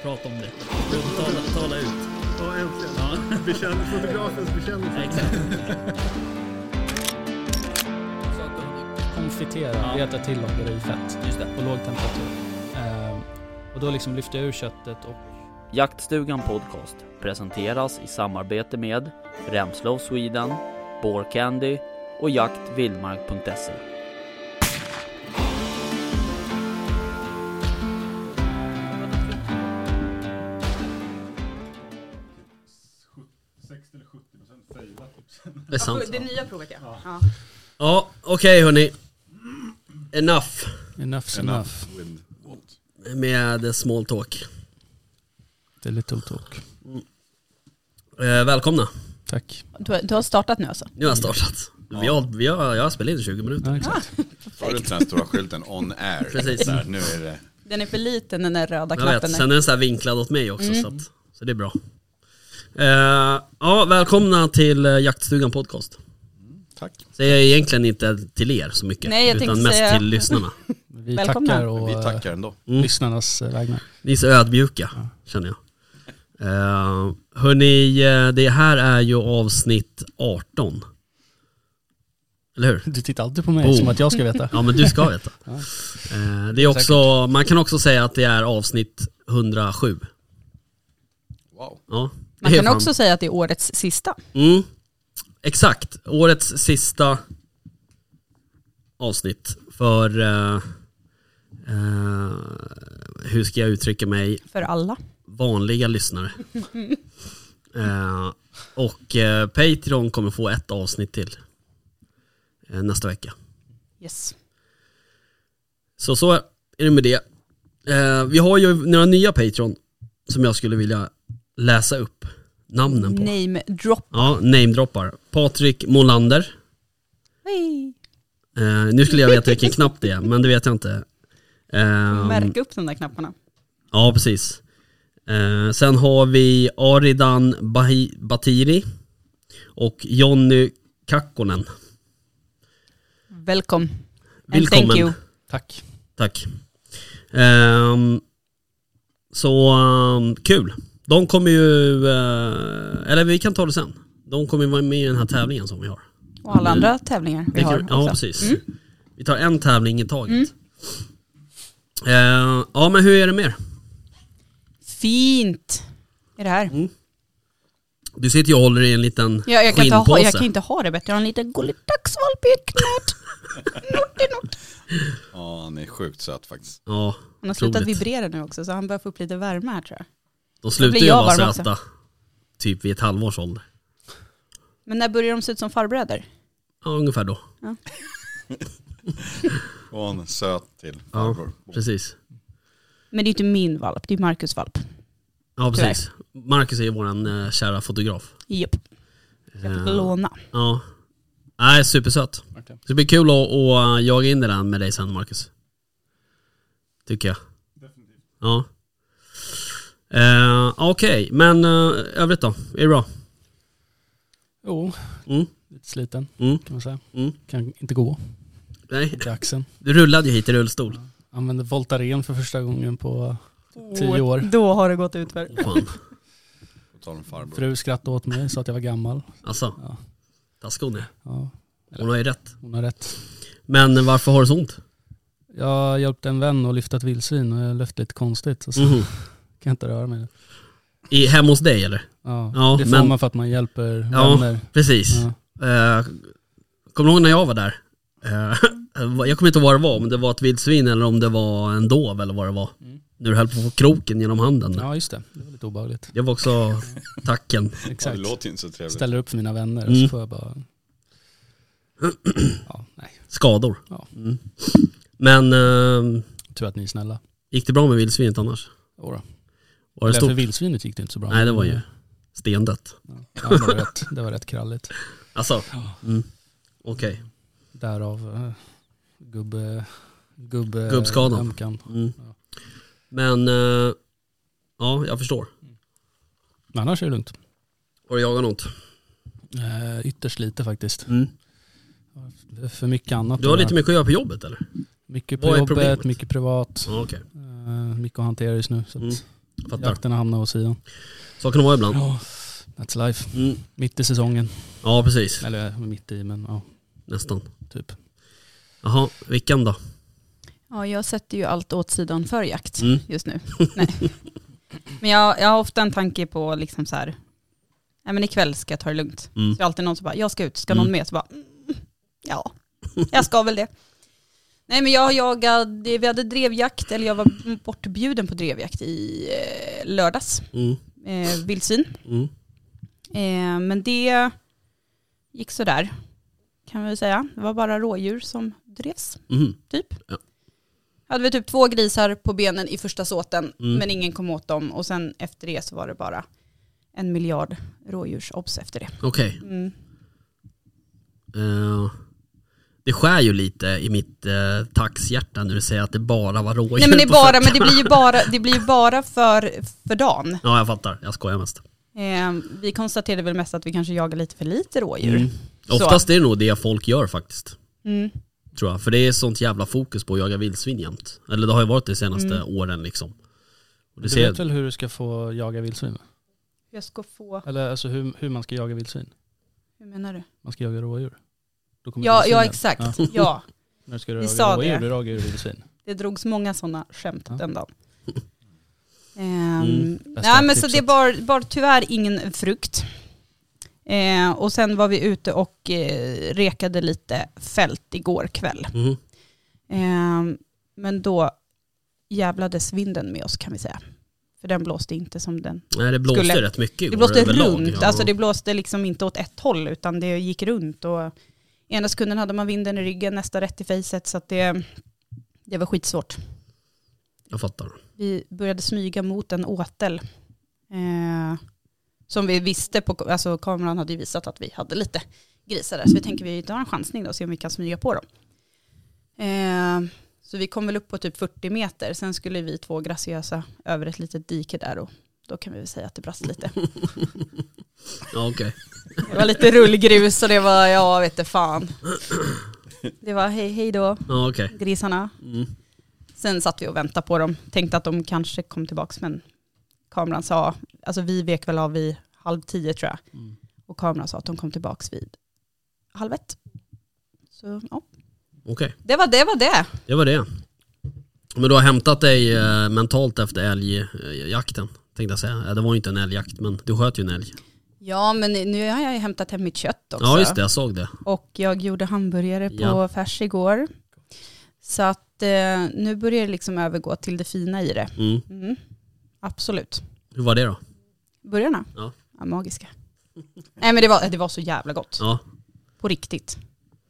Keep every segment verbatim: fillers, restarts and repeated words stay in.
prata om det. Tala, tala ut. Ja, äntligen. Ja. Bekänn, fotografens bekännelse. Exakt. Konfitera, ja. Veta till om det är fett. Just det. På låg temperatur. Ehm, och då liksom lyfter jag ur köttet och... Jaktstugan podcast presenteras i samarbete med Remslow Sweden, Boar Candy och jakt vildmark punkt se. sextio eller sjuttio procent fejlat. Det är sant. Det nya provet, ja. Ja, ja okej okay, hörni. Enough. Enough enough. enough. Med small talk. Det är little talk. Mm. Eh, välkomna. Tack. Du, du har startat nu alltså? Nu har jag startat. Ja. Vi har, vi har, jag har spelat in tjugo minuter. Ja, exakt. Då har du inte den stora skylten on air. Precis. Där, nu är det... Den är för liten, den där röda jag knappen. Vet. Sen är den så här vinklad åt mig också. Mm. Så, att, så det är bra. Eh, ja, välkomna till Jaktstugan podcast. Mm, tack. Säger jag egentligen inte till er så mycket. Nej, jag utan mest säga... till lyssnarna. Vi välkomna. tackar och vi tackar ändå. Mm. lyssnarnas vägnar. Ni är så ödmjuka, ja. Känner jag. Uh, hörni, det här är ju avsnitt arton. Eller hur? Du tittar alltid på mig Boom. Som att jag ska veta. Ja, men du ska veta. Ja. uh, det är också, man kan också säga att det är avsnitt hundrasju. Wow. Ja, Man kan fan... också säga att det är årets sista. Mm. Exakt, årets sista avsnitt. För uh, uh, hur ska jag uttrycka mig? För alla vanliga lyssnare. uh, och uh, Patreon kommer få ett avsnitt till uh, nästa vecka. Yes. Så så är det med det. Uh, vi har ju några nya Patreon som jag skulle vilja läsa upp namnen på. Name drop. Ja, namedroppar. Patrik Molander. Hej. Uh, nu skulle jag veta vilken knapp det är, men det vet jag inte. Uh, Märka upp de där knapparna. Ja, precis. Uh, sen har vi Aridan Bahi- Batiri och Jonny Kakkonen. Välkommen. Välkommen. Thank you. Tack. Tack. Um, så um, kul. De kommer ju, uh, eller vi kan ta det sen. De kommer ju vara med i den här tävlingen som vi har. Och alla andra tävlingar vi har Ja, också. precis. Mm. Vi tar en tävling i taget. Mm. Uh, ja, men hur är det med er? Fint. Är det här? Mm. Du sitter ju och håller i en liten ja, jag, kan inte skinnpåse. ha, jag kan inte ha det bättre. Jag har en liten gullig dagsvalp i knät. Ja, han är sjukt söt faktiskt. Ja, han har slutat roligt. vibrera nu också, så han börjar få upp lite värme här, tror jag. De slutar ju vara söta typ vid ett halvårs ålder. Men när börjar de se ut som farbröder? Ja, ungefär då. Ja. Och han är söt till ja, farbror. precis. Men det är inte min valp, det är Marcus valp. Ja, precis. Marcus är ju våran uh, kära fotograf. Japp. Jag fick låna. Ja. Nej, supersöt. Okay. Det blir kul att, att jaga in det där med dig sen, Marcus. Tycker jag. Definitivt. Ja. Uh, Okej, okay. Men uh, övrigt då? Är det bra? Jo, mm. lite sliten mm. kan man säga. Mm. Kan inte gå. Nej. Till axeln. Du rullade ju hit i rullstol. Ja. Använde Voltaren för första gången på tio år. Då har det gått ut för. Fan. Fru skrattade åt mig, sa att jag var gammal. Alltså, ja. taskig är. Ja. Hon har ju rätt. Hon har rätt. Men varför har du så ont? Jag hjälpte en vän att lyfta ett vildsvin och jag lyfte lite konstigt. Så mm. kan jag inte röra mig. I, hemma hos dig eller? Ja, ja det får men... man för att man hjälper ja, vänner. Precis. Ja. Uh, kommer du ihåg när jag var där? Uh, jag kommer inte ihåg vad det var, om det var ett vildsvin eller om det var en dov eller vad det var. Mm. När du höll på att få kroken genom handen. Ja, just det. Det var lite obehagligt. Det var också tacken. Exakt. Ja, det låter inte så trevligt. Ställer upp för mina vänner mm. och så får jag bara... ja, nej. Skador. Ja. Mm. Men... Uh, tror att ni är snälla. Gick det bra med vildsvinet annars? Jodå. Var det Eller stort? för vildsvinet gick det inte så bra. Nej, det var ju stendött. Ja, ja det, var rätt, det var rätt kralligt. Alltså, mm. okej. Okay. Därav uh, gubbe, gubbe gubbskadan. Mm. Ja. Men, uh, ja, jag förstår. Men annars är det lugnt. Har du jagat något? Uh, ytterst lite faktiskt. Mm. För mycket annat. Du har lite mycket att göra på jobbet eller? Mycket på jobbet, mycket privat. Ah, okay. uh, mycket att hantera just nu. Så mm. att Fattar. Jakterna hamnar åt sidan. Så kan det vara ibland. Ja, that's life. Mm. Mitt i säsongen. Ja, precis. Eller mitt i, men ja, Nästan. typ. Jaha, vilken då? Ja, jag sätter ju allt åt sidan för jakt Mm. just nu. Nej. Men jag, jag har ofta en tanke på liksom så här, nej men ikväll ska jag ta det lugnt. Mm. Så det är alltid någon som bara, jag ska ut, ska Mm. någon med? Så bara, mm, ja, jag ska väl det. Nej men jag jagade, vi hade drevjakt, eller jag var bortbjuden på drevjakt i eh, lördags. Mm. Eh, vildsvin. Mm. Eh, men det gick så där, kan vi säga. Det var bara rådjur som drevs, Mm. typ. Ja. Hade vi typ två grisar på benen i första såten, Mm. men ingen kom åt dem. Och sen efter det så var det bara en miljard rådjursobs efter det. Okej. Mm. Eh, det skär ju lite i mitt uh, taxhjärta när du säger att det bara var rådjur. Nej men det är på bara, men fötterna. det blir ju bara, det blir ju bara för, för dagen. Ja, jag fattar. Jag skojar mest. Eh, vi konstaterade väl mest att vi kanske jagar lite för lite rådjur. Mm. Så. Oftast är det nog det folk gör faktiskt. Mm. Tror jag. För det är sånt jävla fokus på att jaga vildsvin jämt. Eller det har ju varit de senaste Mm. åren liksom. Och det Du ser... vet väl hur du ska få jaga vildsvin? Jag ska få, Eller alltså hur, hur man ska jaga vildsvin? hur menar du? Man ska jaga rådjur. Då kommer Ja, vildsvinen. ja exakt. Ja. Ja. När ska du Vi jaga sa rådjur? det. Du jagar ju vildsvin. Det drogs många sådana skämt Ja. den dagen. Mm. Ehm, Bästa nej men så tipset. det var bara tyvärr ingen frukt. Eh, och sen var vi ute och eh, rekade lite fält igår kväll. Mhm. Ehm, men då jävlades vinden med oss kan vi säga. För den blåste inte som den. Nej, det blåste Skulle- rätt mycket igår Det blåste överlag. runt, Ja. alltså det blåste liksom inte åt ett håll utan det gick runt. Och ena sekunden hade man vinden i ryggen, nästa rätt i facet, så att det, det var skitsvårt. Jag fattar. Vi började smyga mot en åtel. Eh, som vi visste på, alltså kameran hade ju visat att vi hade lite grisar där. Så vi tänker vi tar en chansning då och se om vi kan smyga på dem. Eh, så vi kom väl upp på typ fyrtio meter. Sen skulle vi två graciösa över ett litet dike där och då kan vi väl säga att det brast lite. Ja, okej. Det var lite rullgrus och det var, ja vet inte fan. Det var hej hej då, Ja, okej. grisarna. Mm. Sen satt vi och väntade på dem. Tänkte att de kanske kom tillbaka, men kameran sa, alltså vi vek väl av vid halv tio tror jag. Mm. Och kameran sa att de kom tillbaka vid halv ett. Så ja, Okej, det var det. Var det. det var det. Men du har hämtat dig eh, mentalt efter älgjakten, tänkte jag säga. Ja, det var ju inte en älgjakt, men du sköt ju en älg. Ja, men nu har jag ju hämtat hem mitt kött också. Ja, just det. Jag såg det. Och jag gjorde hamburgare på Ja. färs igår. Så att eh, nu börjar det liksom övergå till det fina i det. Mm. Mm, absolut. Hur var det då? Burgarna? Ja. Ja, magiska. Nej men det var, det var så jävla gott. Ja. På riktigt.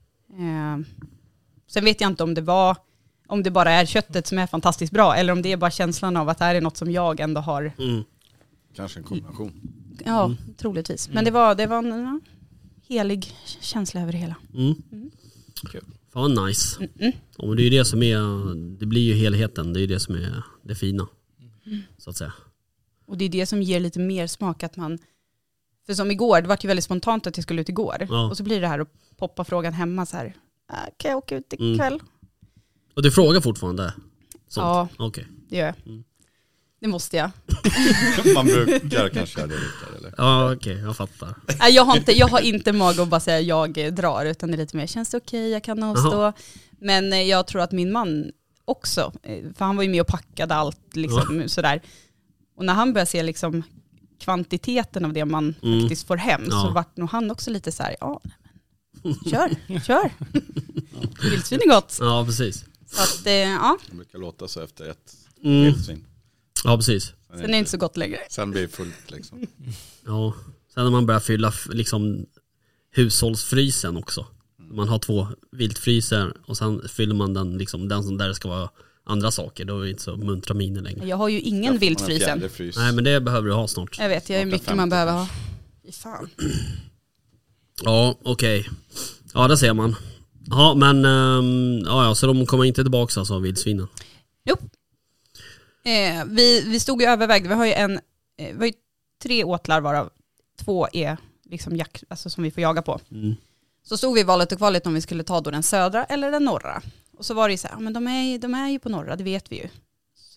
Eh, sen vet jag inte om det var, om det bara är köttet som är fantastiskt bra eller om det är bara känslan av att det här är något som jag ändå har, Mm. Kanske en kombination. ja Mm. troligtvis. Men det var, det var en ja, helig känsla över det hela. Mm. Mm. Kul. Fan vad nice. Mm-mm. Ja, men det är ju det som är, det blir ju helheten. Det är ju det som är det fina. Så att säga. Och det är det som ger lite mer smak att man, för som igår, det var ju väldigt spontant att jag skulle ut igår. Ja. Och så blir det här att poppa frågan hemma så här, äh, kan jag åka ut Mm. ikväll? Och du frågar fortfarande? Sånt. Ja. Okej. Det gör jag. Mm. Det måste jag. Man brukar kanske göra det lite, eller? Ja, okej. Jag fattar. Nej, jag, har inte, jag har inte mag att bara säga jag eh, drar, utan det är lite mer, känns det okej, jag kan avstå. Aha. Men eh, jag tror att min man också, eh, för han var ju med och packade allt liksom, sådär. Och när han började se liksom kvantiteten av det man Mm. faktiskt får hem så Ja. vart nog han också lite så här, ja, nej, men, kör, kör. Vildsvin är gott. Ja, precis. Så att, eh, ja, Det brukar låta så efter ett Mm. vildsvin. Ja, precis. Sen, sen är det inte så gott längre. sen blir det fullt liksom. Ja. Sen när man börjar fylla f- liksom hushållsfrysen också. Man har två viltfryser och sen fyller man den liksom, den som där det ska vara andra saker. Då är det inte så muntra miner längre. Jag har ju ingen Skaffar man en vildfrysen. fjärde frys. Nej, men det behöver du ha snart. Jag vet, jag är Snart är mycket man femtio behöver ha. Fy fan. Ja, okej. Ja, det ser man. Ja, men um, ja, ja, så de kommer inte tillbaka alltså, vildsvinen. Eh, vi, vi stod ju övervägde, vi har ju en, eh, vi har ju tre åtlar varav två är liksom jakt, alltså som vi får jaga på. Mm. Så stod vi i valet och kvalet om vi skulle ta då den södra eller den norra. Och så var det ju så här, ja, men de är, de är ju på norra, det vet vi ju.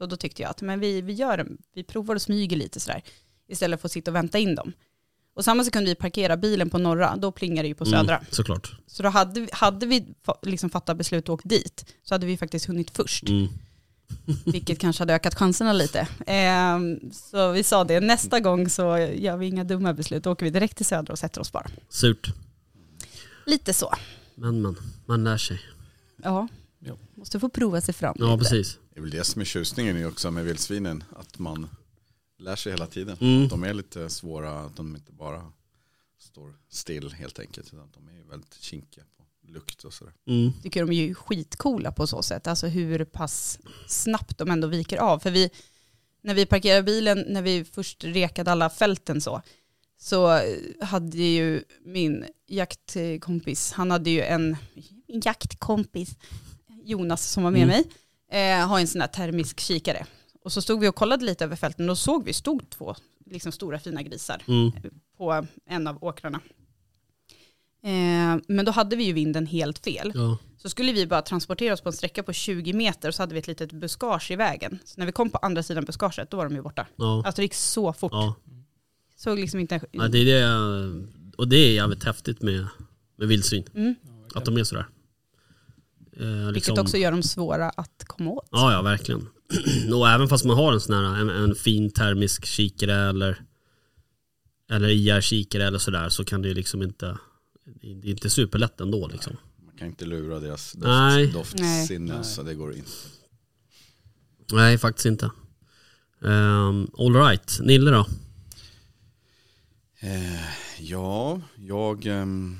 Så då tyckte jag att men vi, vi, gör, vi provar och smyger lite sådär. Istället för att sitta och vänta in dem. Och samma sekund vi parkerar bilen på norra, då plingar det ju på södra. Mm, såklart. Så då hade vi, hade vi liksom fattat beslut och åkt dit, så hade vi faktiskt hunnit först. Mm. Vilket kanske hade ökat chanserna lite. Eh, så vi sa det, nästa gång så gör vi inga dumma beslut. Då åker vi direkt till södra och sätter oss bara. Surt. Lite så. Men man, man lär sig. Ja, Ja. måste få prova sig fram. Ja, lite. precis. Det är väl det som är tjusningen ju också med vildsvinen. Att man lär sig hela tiden. Mm. Att de är lite svåra, att de inte bara står still helt enkelt. Utan de är ju väldigt kinkiga på lukt och sådär. Mm. Tycker de är ju skitcoola på så sätt. Alltså hur pass snabbt de ändå viker av. För vi, när vi parkerade bilen, när vi först rekade alla fälten så, så hade ju min jaktkompis, han hade ju en, en jaktkompis, Jonas som var med Mm. mig, eh, har en sån här termisk kikare. Och så stod vi och kollade lite över fälten och såg vi stod två liksom stora fina grisar Mm. på en av åkrarna. Eh, men då hade vi ju vinden helt fel. Ja. Så skulle vi bara transportera oss på en sträcka på tjugo meter och så hade vi ett litet buskage i vägen. Så när vi kom på andra sidan buskaget, då var de ju borta. Ja. Alltså det gick så fort. Ja. Såg liksom inte... Ja, det är det jag, och det är jävligt häftigt med, med vildsvin. Mm. Att de är sådär. Eh, liksom, Vilket också gör dem svåra att komma åt. Ja, ja, verkligen. Och även fast man har en sån här en, en fin termisk kikare eller eller I R-kikare eller sådär, så kan det ju liksom inte, det är inte superlätt ändå liksom. Man kan inte lura deras Nej. doft, doftsinne, så det går inte. Nej, faktiskt inte. Um, all right, Nille då? Eh, ja, jag... ehm,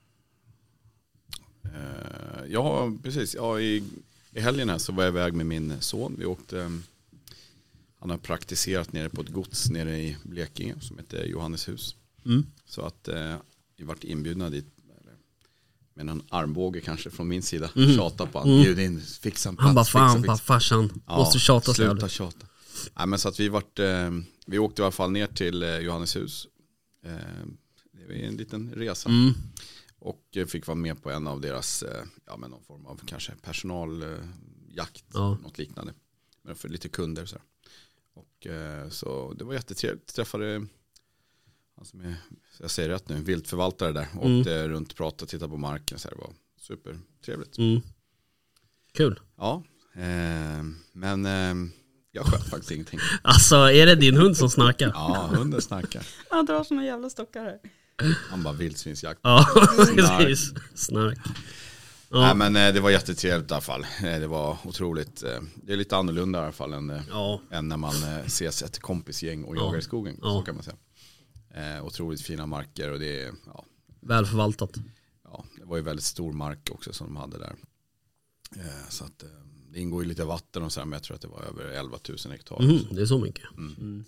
eh, ja, precis. Ja, i, I helgen här så var jag iväg med min son. Vi åkte... ehm, han har praktiserat nere på ett gods nere i Blekinge som heter Johanneshus. Mm. Så att eh, vi varit inbjudna dit eller, med en armbåge kanske från min sida. Mm. Tjata på han, Mm. bjud in, fixa en plats. Han bara fixa, fan, fixa. bara farsan, Ja, måste tjata sluta så tjata. Nej, men så att vi vart, eh, vi åkte i alla fall ner till eh, Johanneshus. Eh, det var en liten resa. Mm. Och eh, fick vara med på en av deras, eh, ja men någon form av kanske personaljakt, eh, jakt, Ja. något liknande. Men för lite kunder så här. Och eh, så det var jättetrevligt. Träffade, han som är, jag säger rätt nu, viltförvaltare där. Mm. Åkte runt, pratade, tittade på marken. Så här, det var supertrevligt. Mm. Kul. Ja, eh, men eh, jag sköt faktiskt ingenting. Alltså, är det din hund som snarkar? Ja, hunden snackar. Han drar såna jävla stockar här. Han bara vildsvinsjakt. Ja, precis. Snark. Ja. Nej, men eh, det var jättetrevligt i alla fall. Eh, det var otroligt. Eh, det är lite annorlunda i alla fall än, eh, Ja. än när man eh, ses ett kompisgäng och Ja. jagar i skogen. Ja. Så kan man säga. Eh, otroligt fina marker och det är, ja, Välförvaltat. ja, det var ju väldigt stor mark också som de hade där. Eh, så att eh, det ingår ju lite vatten och så här, men jag tror att det var över elva tusen hektar. Mm, det är så mycket. Mm. Mm.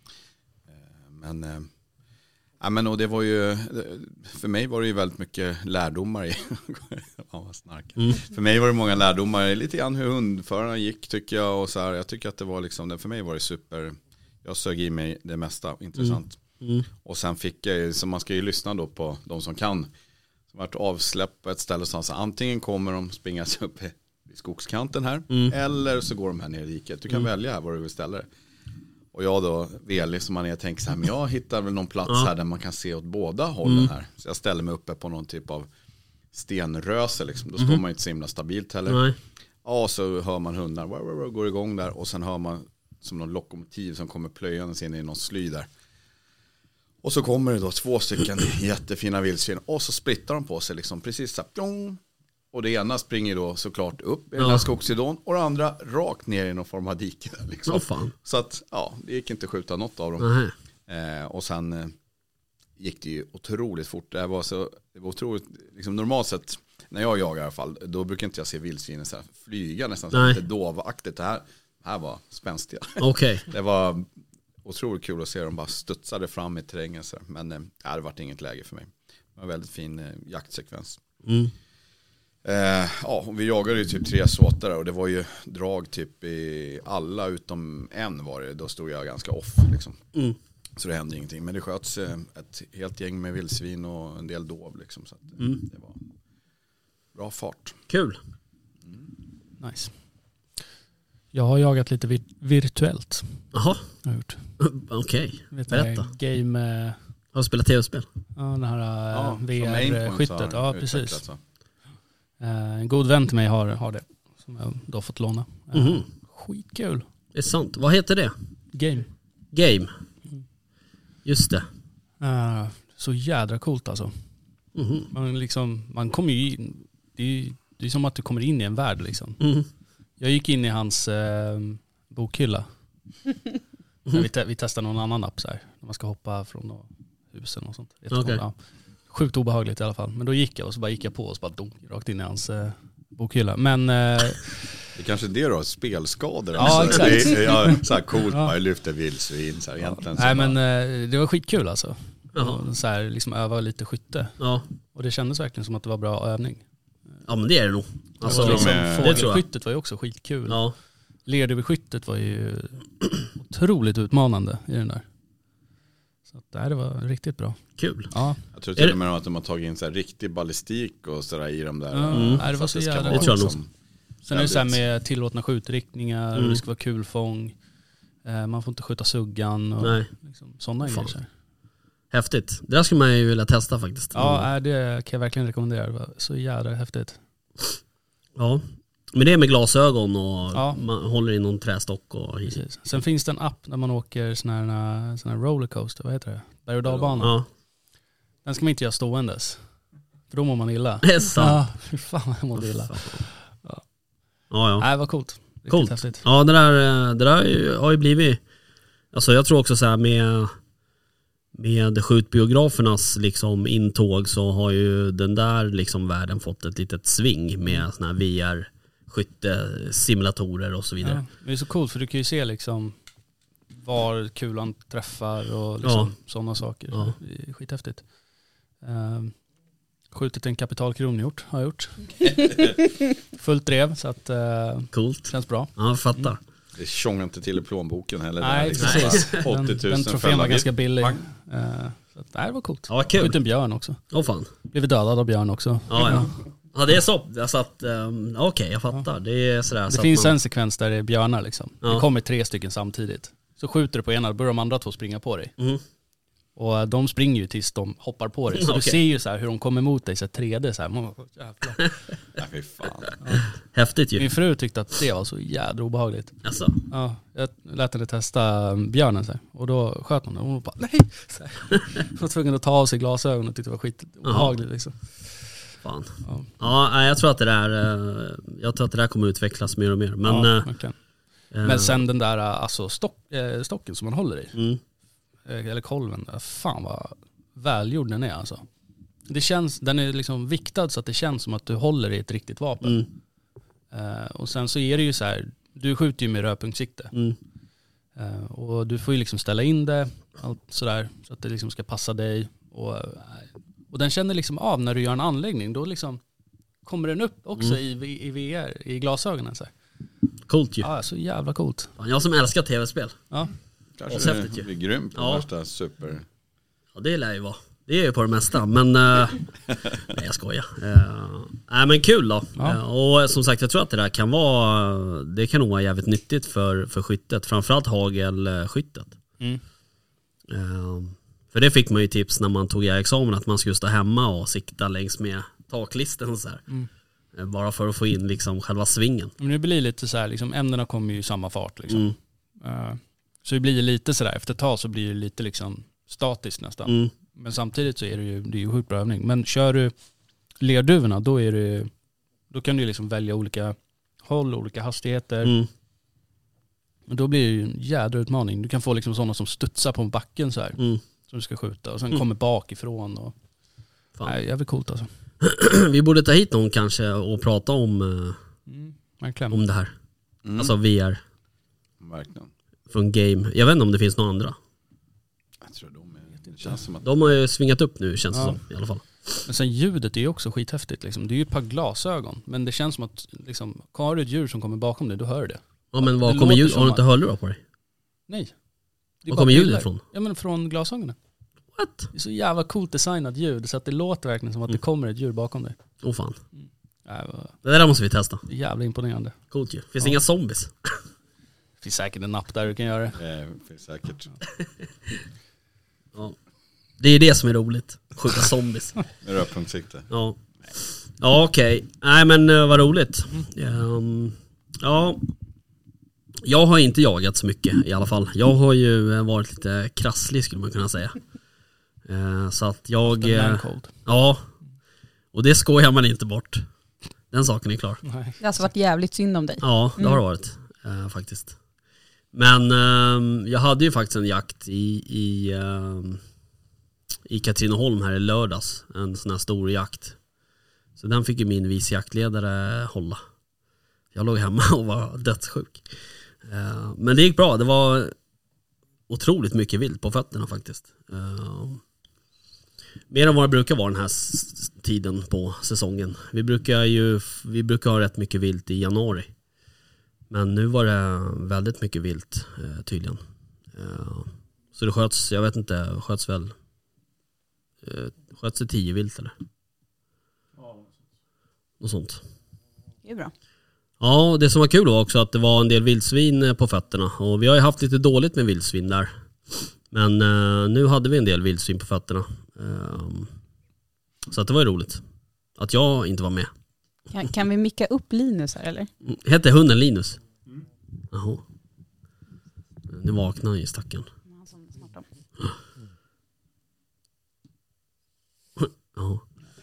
Eh, men, eh, ja, men och det var ju, för mig var det ju väldigt mycket lärdomar i. Ja, vad snark. Mm. För mig var det många lärdomar, lite grann hur hundförarna gick tycker jag. Och så här, jag tycker att det var liksom, för mig var det super, jag sög i mig det mesta, intressant. Mm. Och sen fick jag, så man ska ju lyssna då på de som kan. Som varit avsläpp på ett ställe och så antingen kommer de springa sig upp i skogskanten här. Mm. Eller så går de här ner i diket. Du kan Mm. välja här var du vill ställa dig. Och jag då, velig som man är, tänker så här, men jag hittar väl någon plats Ja. här där man kan se åt båda hållen Mm. här. Så jag ställer mig uppe på någon typ av stenröse liksom. Då Mhm. står man inte så himla stabilt heller. Nej. Ja, så hör man hundar, wow, wow, wow, går igång där. Och sen hör man som någon lokomotiv som kommer plöjandes in i någon sly där. Och så kommer det då två stycken jättefina vildsvin. Och så splittar de på sig liksom precis så här. Pjong. Och det ena springer då såklart upp i den Ja. här skogsidån. Och det andra rakt ner i någon form av dike där liksom. Åh fan. Så att ja, det gick inte att skjuta något av dem. Nej. Eh, och sen eh, gick det ju otroligt fort. Det här var så, det var otroligt, liksom normalt sett när jag jagar i alla fall, då brukar inte jag se vildsvinen så här flyga nästan så här Nej. lite dovaktigt. Det här, det här var spänstiga. Okej. Det var otroligt kul att se dem bara studsade fram i terrängen så här. Men eh, det hade varit inget läge för mig. Det var en väldigt fin eh, jaktsekvens. Mm. Eh, ja, vi jagade ju typ tre såtar och det var ju drag typ i alla utom en var det. Då stod jag ganska off liksom. Mm. Så det hände ingenting. Men det sköts eh, ett helt gäng med vildsvin och en del dov liksom. Så att, eh, Mm. det var bra fart. Kul. Nice. Jag har jagat lite vir- virtuellt. Jaha, Har jag gjort. okej. Vet Berätta. jag, game... eh, Har du spelat tv-spel? Ja, den här Ja, ja, som V Aimpoints har R-skyttet. Ja, utvecklats, precis. så. Eh, en god vän till mig har, har det. Som jag då har fått låna. Eh, Mhm. Skitkul. Det är sant. Vad heter det? Game. Game. Just det. Eh, så jädra coolt alltså. Mhm. Man, liksom, man kommer ju in. Det är ju det är som att du kommer in i en värld liksom. Mhm. Jag gick in i hans eh, bokhylla. vi, te- vi testade någon annan app så här. När man ska hoppa från några husen och sånt. Okej. Ja. Sjukt obehagligt i alla fall. Men då gick jag och så bara gick jag på och så bara dunk, rakt in i hans eh, bokhylla. Men eh, Det är kanske det då, spelskador. Ja, alltså. exakt. Det är, ja, så här coolt, Ja. bara lyfter vildsvin. Så här, egentligen så nej bara, men eh, det var skitkul alltså. Jaha. Och så här, liksom öva lite skytte. Ja. Och det kändes verkligen som att det var bra övning. ja, men det är det nog. Alltså, och liksom, med- det tror jag. fågelskyttet var ju också skitkul. Ja. Lerduveskyttet var ju otroligt utmanande i den där. Så att, nej, det var riktigt bra. Kul. Ja, jag tror Är till det- och med att de har tagit in så här riktig ballistik och sådär i de där. Ja, Mm. nej, det var Så så att ska jävla vara Det tror jag nog. som- Sen är det så här väldigt- med tillåtna skjutriktningar, Mm. och det ska vara kulfång. Eh, man får inte skjuta suggan och Nej. liksom, sådana Fan. grejer. så här. Häftigt. Det där skulle man ju vilja testa faktiskt. Ja, nej, det kan jag verkligen rekommendera. Det var så jävla häftigt. Ja. Men det är med glasögon och Ja. man håller i någon trästock och... Precis. Sen finns det en app där man åker sån här, sån här rollercoaster, vad heter det? Berg- och dalbana. Ja. Den ska man inte göra ståendes. För då mår man illa. Det är sant. Ja, fy fan jag mådde illa. Ja, ja. Nej, vad coolt. Riktigt Coolt. häftigt. Ja, det där, det där har ju- har ju blivit... Alltså jag tror också så här med, med skjutbiografernas liksom intåg så har ju den där liksom världen fått ett litet sving med såna här V R-skyttesimulatorer och så vidare. Ja, det är så coolt för du kan ju se liksom var kulan träffar och liksom sådana saker. Ja. Det är skithäftigt. Um, skjutit en kapitalkron gjort, har jag gjort. Fullt drev så att uh, Coolt. känns bra. Ja, jag fattar. Det tjongar inte till i plånboken heller. Nej, där, liksom. precis. Bara åttio Den, tusen den trofén fälla var vilt. ganska billig. Pang. Uh, så att, nej, det var coolt. Ja, vad kul. Skjut en björn också. Åh fan. Blev dödad av björn också. Ja, ja. Ja, det är så. Alltså att, um, okej, okay, jag fattar. Det är sådär Det så finns att man, en sekvens där det är björnar liksom. Ja. Det kommer tre stycken samtidigt. Så skjuter du på ena, då börjar de andra två springa på dig. Mm. Och de springer ju tills de hoppar på dig. Så Okej. du ser ju så här hur de kommer mot dig, så här tre D så här. Man bara, jävlar. Nej, fy fan. Häftigt ju. Min fru tyckte att det var så jädra obehagligt. Alltså, Ja, jag lät henne testa björnen så här. Och då sköt hon den och hon bara nej. Så här. Hon var tvungen att ta av sig glasögonen och tyckte det var skit obehagligt liksom. fan. Ja. Ja, nej, jag tror att det där, eh, jag tror att det där kommer utvecklas mer och mer. Men, Ja, eh, verkligen. eh, Men sen den där alltså stock, eh, stocken som man håller i. Mm. Eh, Eller kolven, där, fan vad välgjord den är alltså. Det känns, den är liksom viktad så att det känns som att du håller i ett riktigt vapen. Mm. Eh, och sen så är det ju så här, du skjuter ju med rödpunktssikte. Mm. Eh, och du får ju liksom ställa in det, allt sådär, så att det liksom ska passa dig. Och, eh, och den känner liksom av när du gör en anläggning, då liksom kommer den upp också Mm. i, v- i V R, i glasögonen. Så här. Coolt ju. Ja, så jävla coolt. Fan, jag som älskar tv-spel. Ja. Kanske Ashäftigt det ju. blir grymt på Ja. värsta super. Ja, det lär ju vara. Det är ju på det mesta, men uh, nej, jag skojar. Uh, nej, men kul då. Ja. Uh, och som sagt, jag tror att det där kan vara, det kan nog vara jävligt nyttigt för, för skyttet. Framförallt hagelskyttet. Mm. Uh, för det fick man ju tips när man tog examen, att man skulle stå hemma och sikta längs med taklisten och så här. Mm. Uh, bara för att få in liksom själva svingen. Men det blir lite så här, liksom, ämnena kommer ju i samma fart liksom. Mm. Uh, så det blir lite sådär, efter ett tag så blir det lite liksom statiskt nästan. Mm. Men samtidigt så är det ju, det är ju sjukt bra övning. Men kör du lerduvorna, då är det, då kan du liksom välja olika håll, olika hastigheter. Mm. Och då blir det ju en jädra utmaning. Du kan få liksom sådana som studsar på backen så här, Mm. som du ska skjuta. Och sen Mm. kommer bakifrån. Och, Fan. nej, jävligt coolt alltså. Vi borde ta hit någon kanske och prata om, uh, Mm, verkligen. om det här. Mm. Alltså V R Verkligen. från game. Jag vet inte om det finns några andra. Jag tror de är, det känns som att De har ju svingat upp nu, känns det Ja. som i alla fall. Men sen ljudet är ju också skithäftigt liksom. Det är ju ett par glasögon. Men det känns som att liksom, har du ett djur som kommer bakom dig, då hör du det. Ja, men Det var kommer låter ljud? som Har du inte att- hörlurar på dig? Nej. Det är Var bara kommer ljudet piller. ifrån? Ja, men från glasögonen. What? Det är så jävla coolt designat ljud så att det låter verkligen som att det kommer ett djur bakom dig. Åh oh, fan. Ja, det var Det där måste vi testa. jävla imponerande. Coolt ju. Finns det Ja. inga zombies? Det finns säkert en app där du kan göra det. Det finns säkert. Ja. Det är det som är roligt. Skjuta zombies. Med rödpunktssikte. Ja. Ja, okej. Okay. Nej, men uh, vad roligt. Um, ja. Jag har inte jagat så mycket i alla fall. Jag har ju varit lite krasslig skulle man kunna säga. Uh, så att jag... Uh, ja. Och det skojar man inte bort. Den saken är klar. Nej. Det har alltså varit jävligt synd om dig. Ja, det har det varit. Uh, faktiskt. Men uh, jag hade ju faktiskt en jakt i... i uh, i Katrineholm här i lördags, en sån här stor jakt. Så den fick ju min vice jaktledare hålla. Jag låg hemma och var dödssjuk. Men det gick bra, det var otroligt mycket vilt på fötterna faktiskt. Mer än vad det brukar vara den här tiden på säsongen. Vi brukar ju vi brukar ha rätt mycket vilt i januari. Men nu var det väldigt mycket vilt tydligen. Så det sköts, jag vet inte, sköts väl sköts det tio vilt eller? Ja. Och sånt. Det är bra. Ja, det som var kul var också att det var en del vildsvin på fötterna. Och vi har ju haft lite dåligt med vildsvin där. Men uh, nu hade vi en del vildsvin på fötterna. Um, så att det var ju roligt. Att jag inte var med. Kan, kan vi micka upp Linus här eller? Hette hunden Linus? Mm. Jaha. Nu vaknar ju stacken. Ja.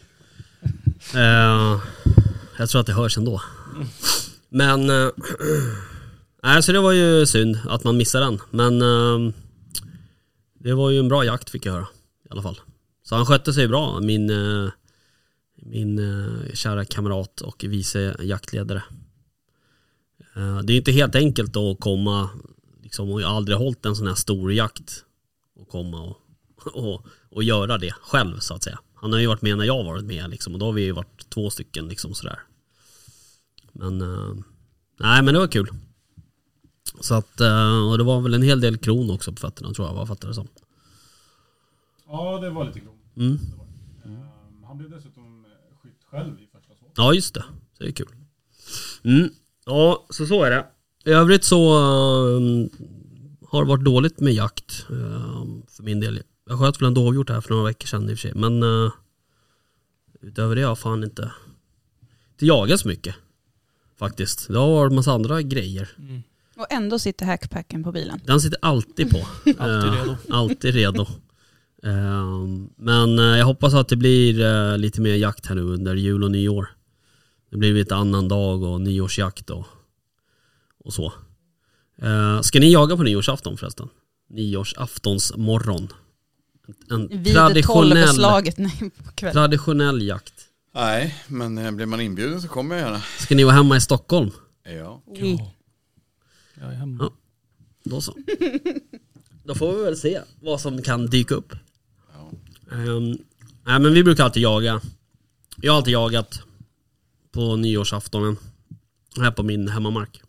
Uh, jag tror att det hörs ändå. Men uh, nej, så det var ju synd att man missade den. Men uh, det var ju en bra jakt fick jag höra i alla fall. Så han skötte sig bra, min uh, min uh, kära kamrat och vice jaktledare. Uh, det är inte helt enkelt att komma liksom, och jag har aldrig hållit en sån här stor jakt och komma och, och, och göra det själv så att säga. Han har ju varit med när jag har varit med liksom, och då har vi ju varit två stycken liksom sådär. Men uh, nej, men det var kul. Så att uh, och det var väl en hel del kron också på fötterna tror jag, vad fattar det som. Ja, det var lite kron. Mm. Det var det. Um, han blev dessutom skytt själv i första såg. Ja, just det. Så det är kul. Mm. Ja, så så är det. I övrigt så uh, har det varit dåligt med jakt uh, för min del. Jag sköt väl en dovhjort här för några veckor sedan i och för sig. Men uh, utöver det har jag fan inte, inte jagat så mycket. Faktiskt. Det har varit en massa andra grejer. Mm. Och ändå sitter hackpacken på bilen. Den sitter alltid på. Alltid redo. Uh, alltid redo. Uh, men uh, jag hoppas att det blir uh, lite mer jakt här nu under jul och nyår. Det blir lite annan dag och nyårsjakt och, och så. Uh, ska ni jaga på nyårsafton förresten? Nyårsaftons morgon. En Vid traditionell, slaget, nej, på kväll. traditionell jakt. Nej, men eh, blir man inbjuden så kommer jag gärna. Ska ni vara hemma i Stockholm? Ja. Oui. Jag är hemma. Ja, då så. Då får vi väl se vad som kan dyka upp. Ja. Um, nej, men vi brukar alltid jaga. Jag har alltid jagat på nyårsaftonen här på min hemmamark.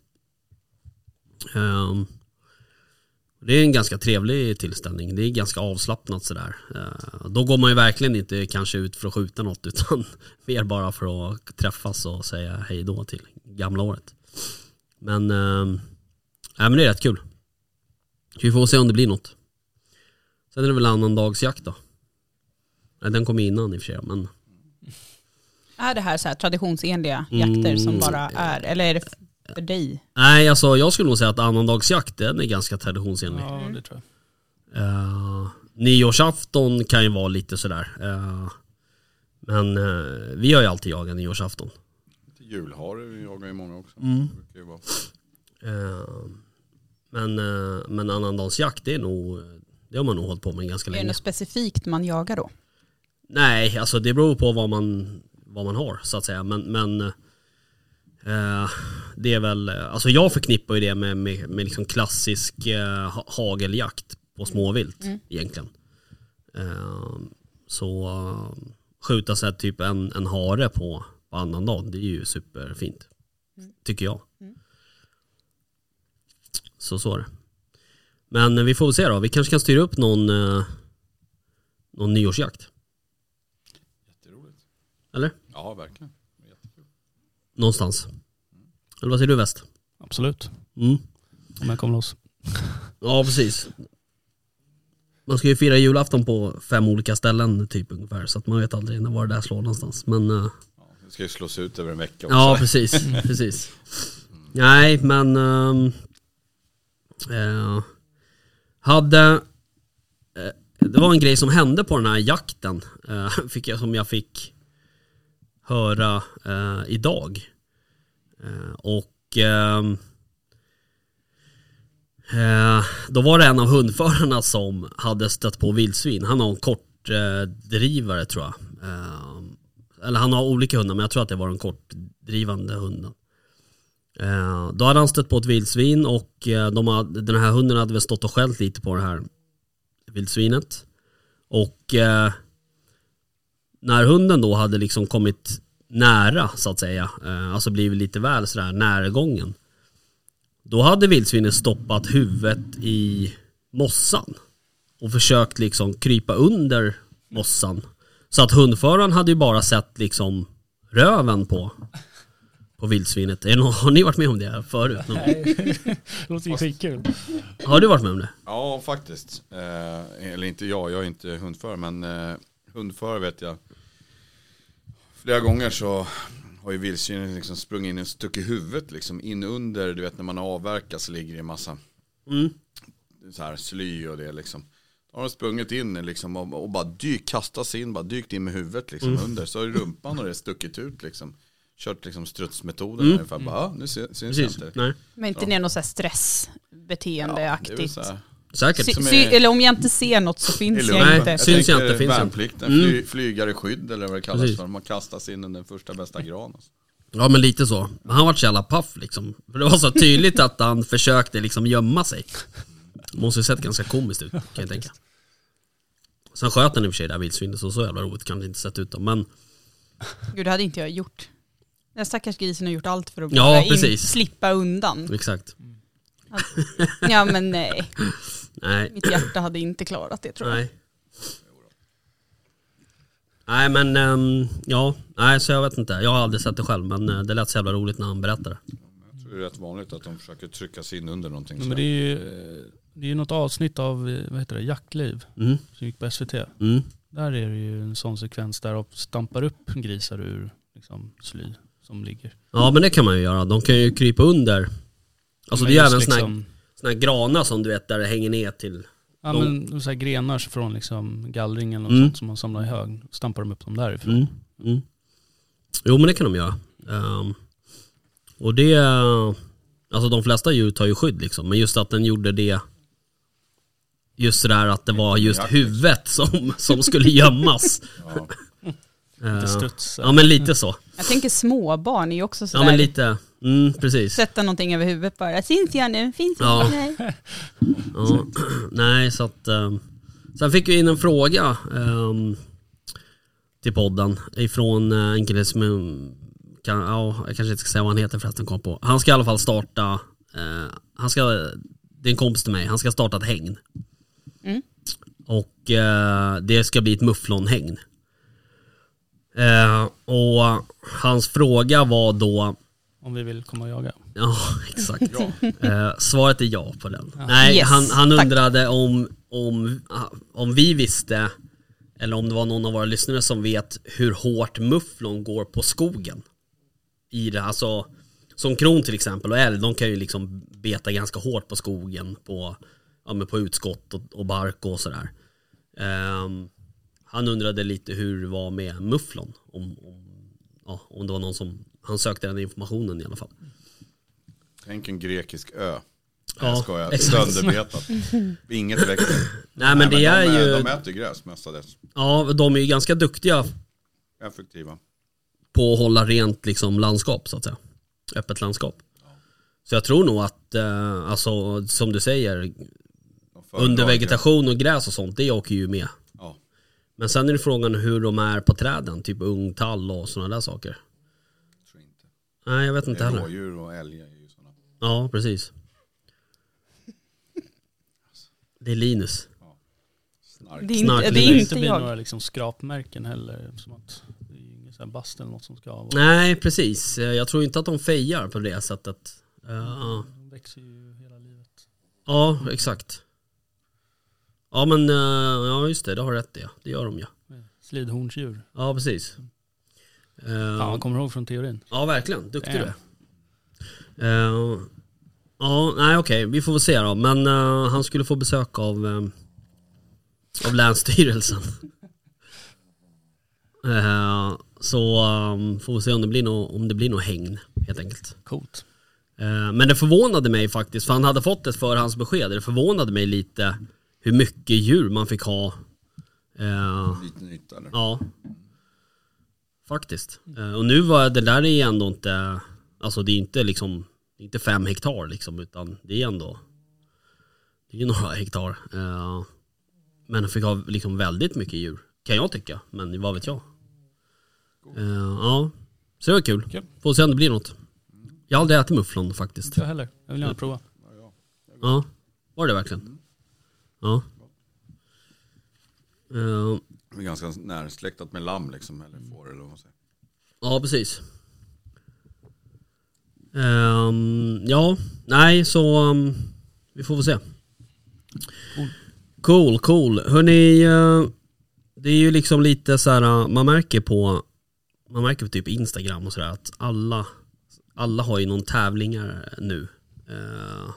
Um, det är en ganska trevlig tillställning. Det är ganska avslappnat sådär. Uh, då går man ju verkligen inte kanske ut för att skjuta något utan mer bara för att träffas och säga hej då till gamla året. Men, uh, nej, men det är rätt kul. Vi får se om det blir något. Sen är det väl annan dagsjakt då. Nej, den kom innan i och för sig, men... Är det här så här traditionsenliga jakter mm. som bara är, eller är det för dig? Nej, alltså jag skulle nog säga att annandagsjakt den är ganska traditionsenlig. Ja, det tror jag. Uh, nyårsafton kan ju vara lite sådär. Uh, men uh, vi har ju alltid jagat nyårsafton. Julhare jagar ju många också. Mm. Det brukar ju vara. Uh, men, uh, men annandagsjakt det är nog, det har man nog hållit på med ganska är länge. Är det något specifikt man jagar då? Nej, alltså det beror på vad man, vad man har så att säga. Men, men uh, det är väl, alltså jag förknippar ju det med, med, med liksom klassisk uh, hageljakt på småvilt mm. egentligen. Uh, så uh, skjuta sig typ en, en hare på, på annan dag, det är ju superfint. Mm. Tycker jag. Mm. Så så är det. Men vi får se då, vi kanske kan styra upp någon, uh, någon nyårsjakt. Jätteroligt. Eller? Ja, verkligen. Jättekul. Någonstans. Eller vad säger du, Väst? Absolut. Mm. Om jag kommer loss. Ja, precis. Man ska ju fira julafton på fem olika ställen typ ungefär. Så att man vet aldrig när var det där slår någonstans. Men, uh, Ja, det ska ju slås ut över en vecka också. ja, precis. precis. Nej, men... Um, uh, hade... Uh, det var en grej som hände på den här jakten. Uh, fick jag, som jag fick höra uh, idag. Uh, och... Um, Eh, då var det en av hundförarna som hade stött på vildsvin. Han har en kortdrivare eh, tror jag. Eh, eller han har olika hundar, men jag tror att det var en kortdrivande hunden. Eh, då hade han stött på ett vildsvin och eh, de hade, den här hunden hade väl stått och skällt lite på det här vildsvinet. Och eh, när hunden då hade liksom kommit nära så att säga, eh, alltså blivit lite väl sådär närgången. Då hade vildsvinet stoppat huvudet i mossan och försökt liksom krypa under mossan. Så att hundföraren hade ju bara sett liksom röven på, på vildsvinet. Är någon, har ni varit med om det förut? Nej, det låter ju skitkul. Har du varit med om det? Ja, faktiskt. Eh, eller inte jag, jag är inte hundförare, men eh, hundförare vet jag. Flera gånger så har ju vildsvinen liksom sprungit in och stuckit huvudet liksom in under, du vet när man avverkar så ligger det en massa Mm. så här sly och det liksom. Då har de sprungit in liksom och, och bara dyk, kastas in, bara dykt in med huvudet liksom Mm. under. Så är det rumpan och det är stuckit ut liksom. Kört liksom strutsmetoden Mm. ungefär. Bara, ah, nu syns Precis. jag inte. Nej. Men inte Ja. det är något så här Ja, det är väl stressbeteendeaktigt. så här. Säkert. Sy- som sy- är- eller om jag inte ser något så finns Det är jag lugnt. Nej, inte. Jag syns jag tänker inte, finns jag. värnplikten, Mm. fly, flygare skydd eller vad det kallas Precis. för. Man kastas in i den första bästa gran. Alltså. Ja, men lite så. Han var så jävla paff liksom. För det var så tydligt att han försökte liksom gömma sig. Måste ju sett ganska komiskt ut, kan jag tänka. Sen sköt han i och för sig där vildsvinet, så så jävla roligt kan det inte sett ut då. Men Gud, det hade inte jag gjort. Den stackars grisen har gjort allt för att Ja, bara in, precis. slippa undan. exakt. Ja, men nej. Nej. Mitt hjärta hade inte klarat det, tror jag. Nej. Nej men um, ja, nej så jag vet inte. Jag har aldrig sett det själv, men uh, det lät så jävla roligt när han berättade. Jag tror det är rätt vanligt att de försöker trycka sig in under någonting. Men så. det är ju det är ju något avsnitt av, vad heter det, Jaktliv Mm. som gick på S V T. Mm. Där är det ju en sån sekvens där de stampar upp grisar ur liksom, sly som ligger. Ja men det kan man ju göra. De kan ju krypa under. Alltså Men det är just även såna här, liksom, såna här granar som du vet där det hänger ner till. ja, de- men så här grenar från liksom gallringen och Mm. sånt som man samlar i hög. Stampar de upp dem därifrån. Mm. Mm. Jo men det kan de göra. Um, och det, alltså de flesta djur tar ju skydd liksom. Men just att den gjorde det, just det där att det var just huvudet som, som skulle gömmas. Ja. Lite Uh, struts. ja men lite så. Jag tänker småbarn är ju också Ja sådär. men lite, mm, precis. Sätta någonting över huvudet bara. Syns jag nu? Finns Ja. jag? Nej. Ja. Nej så att um, sen fick vi in en fråga um, till podden ifrån uh, en kille som um, kan, ja, jag kanske inte ska säga vad han heter förresten, kom på. Han ska i alla fall starta uh, han ska, det är en kompis till mig, han ska starta ett hägn. Mm. Och uh, det ska bli ett mufflonhägn. Uh, och hans fråga var då, Om vi vill komma och jaga. ja exakt. Ja. Eh, svaret är ja på den. Nej, Yes, han, han tack. undrade om, om, om vi visste, eller om det var någon av våra lyssnare som vet hur hårt mufflon går på skogen. I det, alltså, som kron till exempel och älg, de kan ju liksom beta ganska hårt på skogen, på, ja, men på utskott och, och bark och sådär. Um, han undrade lite hur det var med mufflon. Om, om, ja, om det var någon som, han sökte den informationen i alla fall. Tänk en grekisk ö. Ja, Jag skojar, exakt. sönderbetat. Inget växter. Nej men det de, är ju, de äter gräs mestadels. ja de är ju ganska duktiga Effektiva. på att hålla rent liksom landskap så att säga. Öppet landskap. Så jag tror nog att, eh, alltså som du säger, De föredrar under gräs. vegetation och gräs och sånt, det åker ju med. Ja. Men sen är det frågan hur de är på träden, typ ungtall och sådana där saker. Tror inte. Nej jag vet inte Det är heller. rådjur och älgar är ju sådana. Ja precis. Det är Linus. Snark. Det är Snart inte, Det det lär är inte inte bli jag. några liksom skrapmärken heller. Som att det är ingen så här bast eller något som ska vara. Nej precis, jag tror inte att de fejar på det sättet. Uh, De växer ju hela livet. Ja, exakt. Ja men, ja just det, det har rätt det. Det gör de ju. Ja. Slidhornsdjur. Ja, precis. Ja, man kommer ihåg från teorin. Ja, verkligen. Duktig du är. Uh, ja, nej okej. Vi får väl se då. Men uh, han skulle få besök av, um, av Länsstyrelsen. uh, så um, får vi se om det blir något om det blir något hägn, helt enkelt. Coolt. Uh, men det förvånade mig faktiskt, för han hade fått ett förhandsbesked. Det förvånade mig lite hur mycket djur man fick ha. Uh, Lite nytt eller? Ja. Faktiskt. Uh, och nu var det där är ändå inte, alltså det är inte liksom, inte fem hektar liksom, utan det är ändå, det är några hektar. Uh, men han fick ha liksom väldigt mycket djur, kan jag tycka. Men vad vet jag. Uh, ja, så det var kul. Kul. Får se om det blir något. Jag har aldrig ätit mufflon faktiskt. Jag heller, jag vill gärna prova. Ja, var det verkligen? Ja. Uh, Det är ganska närsläktat med lamm liksom, eller får eller vad man säger. Ja, precis. Um, ja, nej så um, vi får väl se. Cool. Cool, cool. Hörrni, uh, det är ju liksom lite så här, uh, man märker på man märker på typ Instagram och sådär att alla alla har ju någon tävlingar nu. Uh,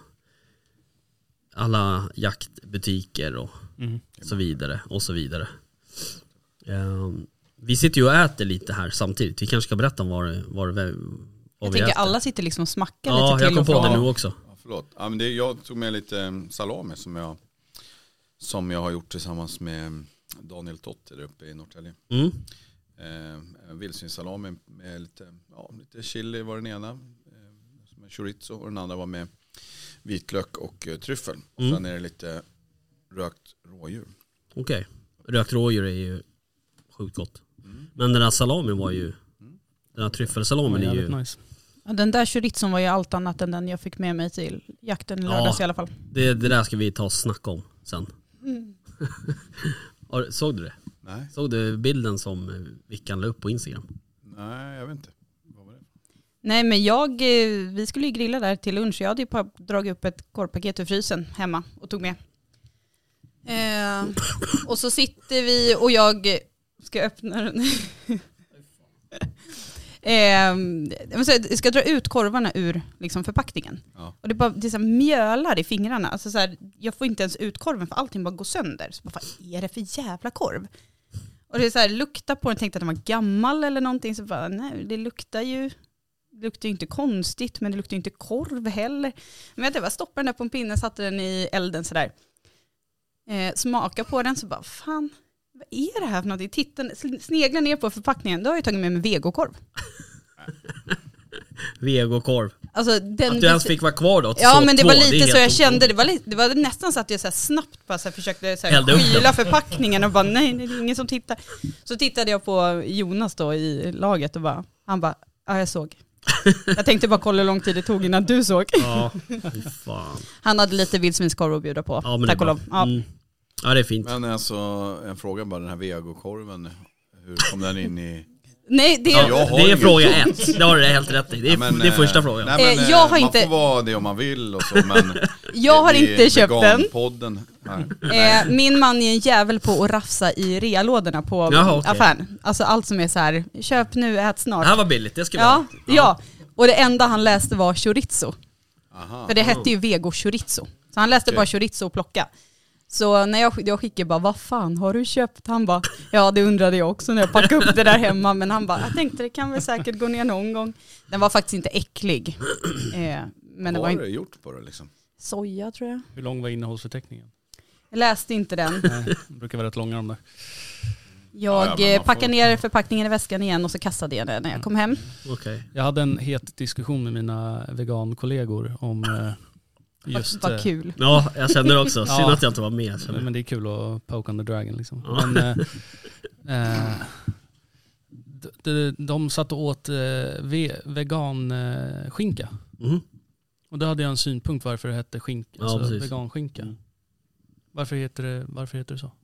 alla jaktbutiker och Mm. så vidare och så vidare. Um, vi sitter ju och äter lite här samtidigt. Vi kanske ska berätta om vad det, vad det, vad Jag vi tänker äter. alla sitter liksom och smackar Ja, lite jag till kom och på från. det nu också. Ja, förlåt. Ja, men det, jag tog med lite salami som jag, som jag har gjort tillsammans med Daniel Totte där uppe i Norrtälje. Mm. Eh, vildsvinssalami med lite, ja, lite chili var den ena. Eh, som en chorizo, och den andra var med vitlök och eh, tryffel. Och Mm. sen är det lite rökt rådjur. Okej. Rökt rådjur är ju sjukt gott. Mm. Men den där salamin var ju, den här tryffelsalamin Ja, är ju, jävligt nice. Ja, den där chorizon var ju allt annat än den jag fick med mig till jakten i lördags Ja. i alla fall. det, det där ska vi ta och snacka om sen. Mm. Har- Såg du det? Nej, Såg du bilden som Vickan la upp på Instagram? nej, jag vet inte. Vad var det? Nej men jag, eh, vi skulle ju grilla där till lunch. Jag hade ju bara dragit upp ett korvpaket ur frysen hemma och tog med. Eh, och så sitter vi och jag ska öppna den. eh, jag, säga, jag ska dra ut korvarna ur liksom, förpackningen. Ja. Och det, bara, det är så här mjölar i fingrarna. Alltså, så här, jag får inte ens ut korven för allting bara går sönder. Så bara, vad är det för jävla korv? Och det är så här, lukta på den, tänkte att den var gammal eller någonting. Så bara, nej, det luktar ju det luktar ju inte konstigt, men det luktar ju inte korv heller. Men jag bara stoppade den där på en pinne, satte den i elden sådär. Eh, smaka på den så bara, fan, vad är det här för någonting? Titta, snegla ner på förpackningen, då har jag tagit med mig vegokorv. Vegokorv. Alltså, den Att du ens fick vara kvar då. Ja, så men det två, var är lite helt så jag otroligt. kände, det var, lite, det var nästan så att jag så här snabbt bara så här försökte så här Hällde upp skyla den. förpackningen och bara nej, det är ingen som tittar. Så tittade jag på Jonas då i laget och bara, han bara, ja jag såg. Jag tänkte bara kolla hur lång tid det tog innan du såg. Ja, fy fan. Han hade lite vildsvinskorv att bjuda på, Ja, men det är tack och bra. lov. Ja. Mm. Ja, det är fint. Men alltså, en fråga bara, den här vegokorven, hur kom den in i... Nej, det, Ja, jag har det är ingen- fråga ett. Det har du helt rätt i. Det är, Ja, men, det är första eh, frågan. Nej, men, Eh, jag har man inte- får vara det om man vill och så, men... jag har det- det är inte köpt den. veganpodden här. Eh, min man är en jävel på att rafsa i realådorna på Jaha, okej. affären. Alltså allt som är så här, köp nu, ät snart. Det här var billigt, det ska vi Ja, ha. ja, och det enda han läste var chorizo. Aha. För det hette ju vego chorizo. Så han läste Okej. bara chorizo och plocka. Så när jag, jag skickade bara, vad fan har du köpt? Han bara, ja det undrade jag också när jag packade upp det där hemma. Men han bara, jag tänkte det kan väl säkert gå ner någon gång. Den var faktiskt inte äcklig. Eh, men det Vad var har en du gjort på det liksom? soja tror jag. Hur lång var innehållsförteckningen? Jag läste inte den. Nej, det brukar vara rätt långa de där. Jag Ja, ja, men eh, man packade får- ner förpackningen i väskan igen och så kastade jag den när jag kom hem. Okej. Jag hade en het diskussion med mina vegankollegor om eh, just... Vad eh, kul. Ja, jag känner också. Synd Ja. att jag inte var med. känner jag. Men det är kul att poke on the dragon liksom. Ja. Men, eh, eh, de, de, de satt och åt eh, ve, vegan eh, skinka. Mhm. Och då hade jag en synpunkt varför det hette skink, Ja, alltså precis. veganskinka. Mm. Varför heter det, varför heter det så?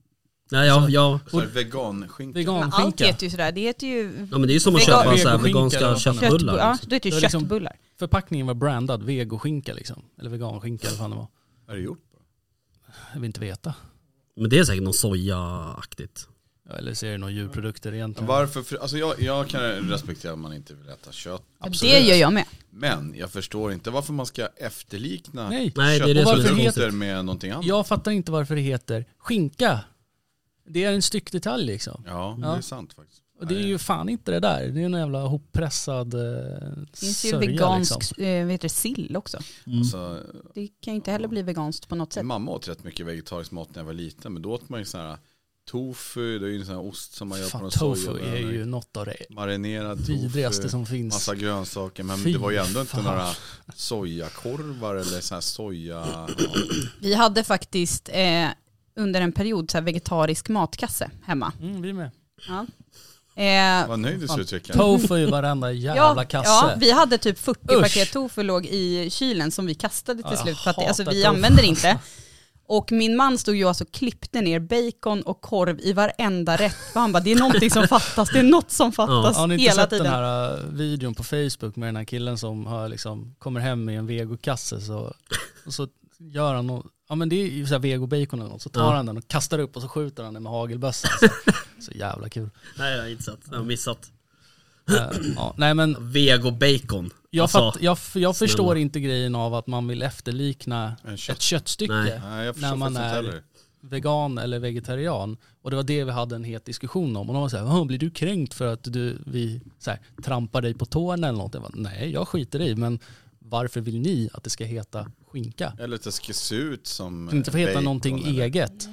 Nej, jag, jag, Så här, veganskinka. Men allt Veganskinka. heter ju sådär. Det heter ju ja, men det är ju som att Vegan- köpa så här Vegoskinka veganska eller vad fan det är. köttbullar. ja, liksom. det heter Det ju var liksom- köttbullar. Förpackningen var brandad vegoskinka liksom. Eller veganskinka eller vad fan det var. Vad är det gjort? Jag vill inte veta. Men det är säkert något sojaaktigt. Ja, eller så är det några djurprodukter egentligen. Varför? För, alltså jag, jag kan respektera att man inte vill äta kött. Absolut. Det gör jag med. Men jag förstår inte varför man ska efterlikna Nej. Nej, det är det som är varför så köttprodukter konstigt. med någonting annat. Jag fattar inte varför det heter skinka. Det är en styckdetalj liksom. Ja, det Ja. är sant faktiskt. Och det är ju fan inte det där. Det är en jävla hoppressad eh, Det finns ju sörja, vegansk liksom. eh, vad heter det, sill också. Mm. Alltså, Det kan ju inte heller bli veganskt på något sätt. mamma åt rätt mycket vegetarisk mat när jag var liten. Men då åt man ju så här tofu, det är ju en sån här ost som man gör på Fan, någon tofu soja. är ju något av det Marinerad tofu. vidrigaste som finns. Massa grönsaker, men Fy det var ju ändå inte fan. några sojakorvar eller så här soja. Ja. Vi hade faktiskt eh, under en period så här vegetarisk matkasse hemma. Mm, vi med. Ja. Eh, Vad nöjd du ser ut, Rickard. Tofu i varenda jävla ja, kasse. ja, vi hade typ fyrtio Usch. paket tofu låg i kylen som vi kastade till Ja, jag slut. För att det, alltså, hatar vi tofu. använde det inte. Och min man stod ju alltså och klippte ner bacon och korv i varenda rätt. För han bara, det är någonting som fattas. Det är något som fattas Har ni inte hela sett tiden. den här uh, videon på Facebook med den här killen som har liksom, kommer hem med en vegokasse så, och så gör han något, ja men det är ju så här vegobacon eller något, så tar Ja. han den och kastar upp och så skjuter han den med hagelbössan. Så, så jävla kul. Nej, jag har inte sett. Jag har missat. Uh, ja, nej men Vego bacon. jag, Alltså, fatt, jag, jag förstår snälla. inte grejen av att man vill efterlikna En kött. ett köttstycke. Nej. Nej, jag När förstår man faktiskt inte är- heller. vegan eller vegetarian. Och det var det vi hade en het diskussion om. Och de var så här, blir du kränkt för att du, vi så här, trampar dig på tårna eller något? Jag bara, nej, jag skiter i, men varför vill ni att det ska heta skinka? Eller att det ska se ut som Inte få heta bacon någonting eller- eget.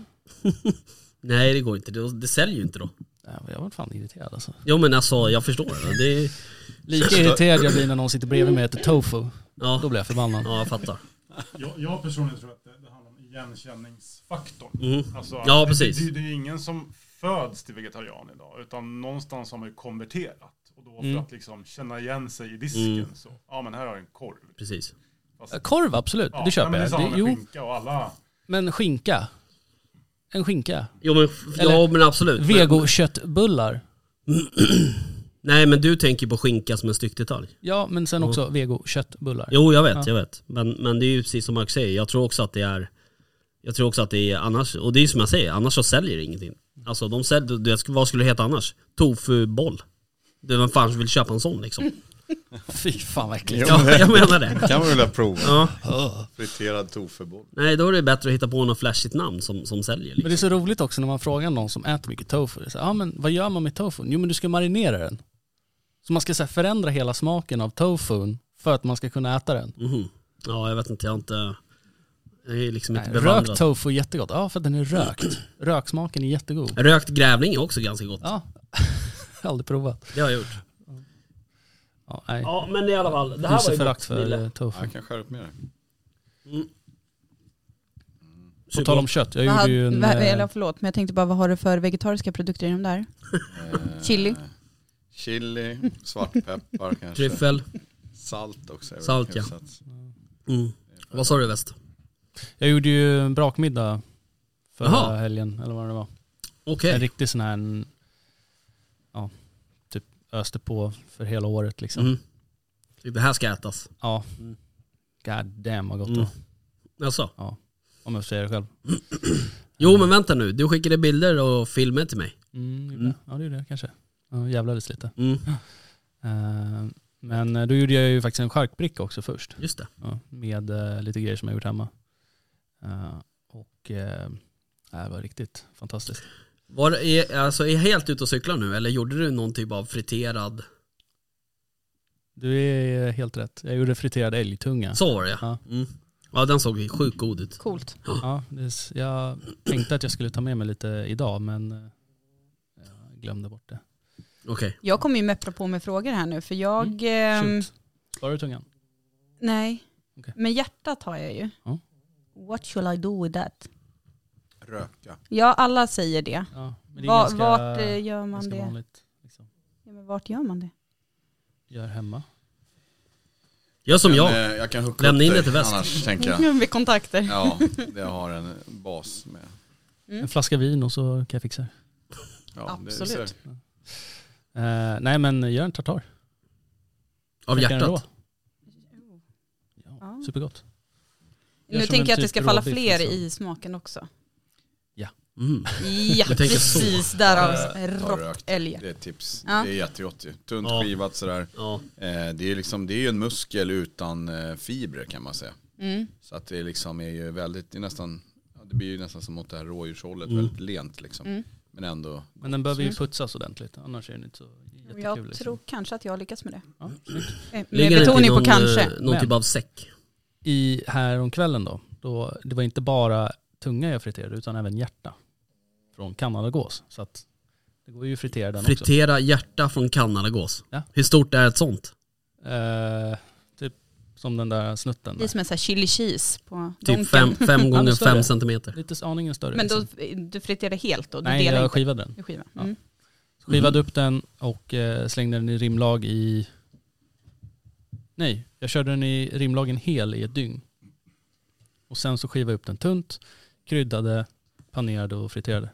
Nej, det går inte. Det, det säljer ju inte då. Ja, jag var fan irriterad alltså. Jo, men alltså, jag förstår det. det är, Lika irriterad jag blir när någon sitter bredvid mig och äter tofu. ja, Då blir jag förbannad. ja, jag fattar. Jag, jag personligen tror att det, det handlar om igenkänningsfaktorn. Mm. Alltså, Ja, det, precis. Det, det är ingen som föds till vegetarian idag, utan någonstans har man ju konverterat. Och då för Mm. att liksom känna igen sig i disken Mm. så, ja men här har jag en korv. Precis. Fast, Korv, absolut. ja, det köper men det är jag. samma Det, med jo, skinka och alla. men skinka. En skinka. Jo, men, ja, Eller- men absolut. Men, Vegoköttbullar. nej, men du tänker på skinka som en styckdetalj. Ja, men sen också vegoköttbullar. Jo, jag vet, Ja. jag vet. Men, men det är ju precis som Mark säger. Jag tror också att det är, jag tror också att det är annars, och det är som jag säger, annars så säljer det ingenting. Alltså, de säljer, det, vad skulle det heta annars? Tofuboll. Det vem fan vill köpa en sån liksom? Fy fan vad äckligt. Jo, men Ja, jag menar det det. kan man väl prova. Ja. Friterad tofuboll. Nej, då är det bättre att hitta på något flashigt namn som, som säljer. Men det är Liksom. så roligt också när man frågar någon som äter mycket tofu. Det är så här, ja, men vad gör man med tofun? Jo, men du ska marinera den. Så man ska så här, förändra hela smaken av tofun för att man ska kunna äta den. Mhm. Ja, jag vet inte, jag har inte... Jag är liksom inte Nej, bevandrad. rökt tofu är jättegott. Ja, för att den är rökt. Röksmaken är jättegod. Rökt grävling är också ganska gott. Ja, aldrig provat. Det har jag gjort. Ja, nej. Ja, men i alla fall. Det här var ju Hyser förakt gott. för Nille. eh, tofu. Ja, jag kan skära upp med det. På tal om kött, jag Vad gjorde hade- ju en... vad- eh, eller förlåt, men jag tänkte bara, vad har du för vegetariska produkter i de där? Eh, Chili. Chili, svartpeppar kanske. Tryffel. Salt också. är väl Salt, ja. hyfsat. Mm. Vad sa du, Väst? Jag gjorde ju en brakmiddag förra Jaha. helgen, eller vad det var. Okej. En riktig sån här, ja, typ öste på för hela året liksom. Mm. Det här ska ätas. Ja. Mm. God damn vad gott Mm. då. Alltså. Om jag får säga det själv. Jo, men vänta nu. Du skickade bilder och filmer till mig. Mm, Mm. Ja, det gjorde jag kanske. Ja, jävlades lite. Mm. Eh, men då gjorde jag ju faktiskt en charkbricka också först. Just det. Ja, med eh, lite grejer som jag gjort hemma. Eh, och eh, det var riktigt fantastiskt. Var, är, alltså, är jag helt ute och cyklar nu? Eller gjorde du någon typ av friterad? Du är helt rätt. Jag gjorde friterad älgtunga. Så var det, ja. Ja. Mm. Ja, den såg sjukt god ut. Coolt. Ja, det, är- jag tänkte att jag skulle ta med mig lite idag, men eh, jag glömde bort det. Okej. Jag kommer ju meppla på med frågor här nu, för jag... ehm, Shoot. Sparar du tungan? nej, Okej. men hjärtat har jag ju. Ja. What shall I do with that? Röka. Ja, alla säger det. Ja, men det är Va, ganska, vart eh, gör man ganska det? vanligt. Liksom. Ja, men vart gör man det? Gör hemma. Gör som Men, jag. eh, jag kan hooka Lämna upp in det dig till väst. annars tänker jag. Med kontakter. Ja, det har en bas med. Mm. En flaska vin och så kan jag fixa det. Ja, Absolut. Det Uh, nej men gör en tartar. Av Käkar den hjärtat. rå. Ja, Ja. supergott. Gör Nu som tänker en jag att det typ ska falla råbiff, fler liksom. i smaken också. Mm. Ja, Jag tänker så. precis. Därav Ja, rått rökt. älg. Det är ett tips. Ja. Det är jättegott ju. Tunt Ja. skivat sådär. Ja. Eh, det är liksom, det är ju en muskel utan eh, fibrer kan man säga. Mm. Så att det liksom är ju väldigt, det är nästan, ja, det blir ju nästan som mot det här rådjurshållet, Mm. väldigt lent liksom. Mm. Men ändå. Men den behöver ju putsas ordentligt, annars är den inte så jättekul. Jag liksom. tror kanske att jag lyckas med det. Ja, snyggt. Eh, Med Ligger den betoning till på någon, kanske. eh, Någon Men- typ av säck. I här om kvällen då, då, det var inte bara tunga jag friterade utan även hjärta från kanadagås. Så att det går ju att fritera den Fritera hjärta från kanadagås. Ja. Hur stort är ett sånt? också. Eh, typ som den där snutten. Det är som en sån här chili cheese på Typ donken. fem, fem gånger större. fem centimeter. Lite aningen större. Men då, liksom. du friterade helt då? Du Nej, delar jag inte? skivade den. Du skivar. Ja. Mm. Skivade upp den och eh, slängde den i rimlag i... Nej, jag körde den i rimlagen hel i ett dygn. Och sen så skivade jag upp den tunt, kryddade, panerade och friterade.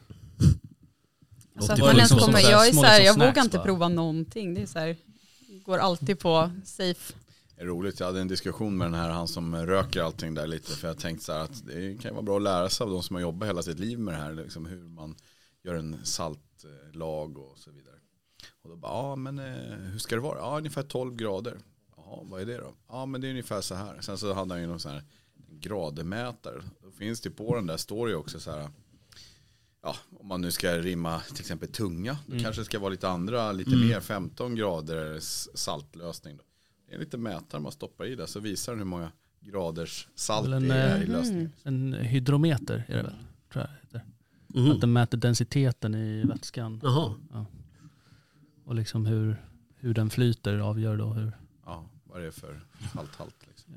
Så Det att var man ens liksom kommer, som jag är små så här, liksom jag snacks vågar inte bara. prova någonting. Det är så här, går alltid på safe. Det är roligt, jag hade en diskussion med den här, han som röker allting där lite. För jag tänkte så här att det kan ju vara bra att lära sig av de som har jobbat hela sitt liv med det här. Liksom hur man gör en saltlag och så vidare. Och då bara, ja men eh, hur ska det vara? Ja, ungefär tolv grader. Jaha, vad är det då? Ja, men det är ungefär så här. Sen så hade han ju någon sån här grademätare. Då finns det på den där, står det ju också så här. Ja, om man nu ska rimma till exempel tunga. Då Mm. kanske det ska vara lite andra, lite Mm. mer femton grader saltlösning då. Det är lite mätare man stoppar i där så visar den hur många graders salt Väl en, det är i eh, lösningen. En hydrometer är det väl, tror jag det heter. Mhm. Att den mäter densiteten i vätskan. Jaha. Ja. Och liksom hur, hur den flyter avgör då hur. Ja, vad är det för salthalt liksom.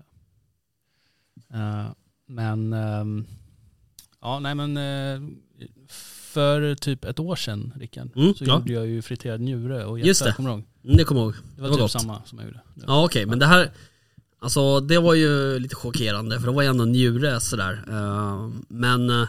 Uh, men um, ja, nej men uh, för typ ett år sedan, Rickard, Mm, så ja. gjorde jag ju friterad njure och Just hjärta, det. kommer du ihåg? Mm, det kommer jag ihåg. Det var, Det var typ gott. samma som jag gjorde. Ja okej, men det här, alltså det var ju lite chockerande för det var ju ändå en njure sådär. Uh, men uh,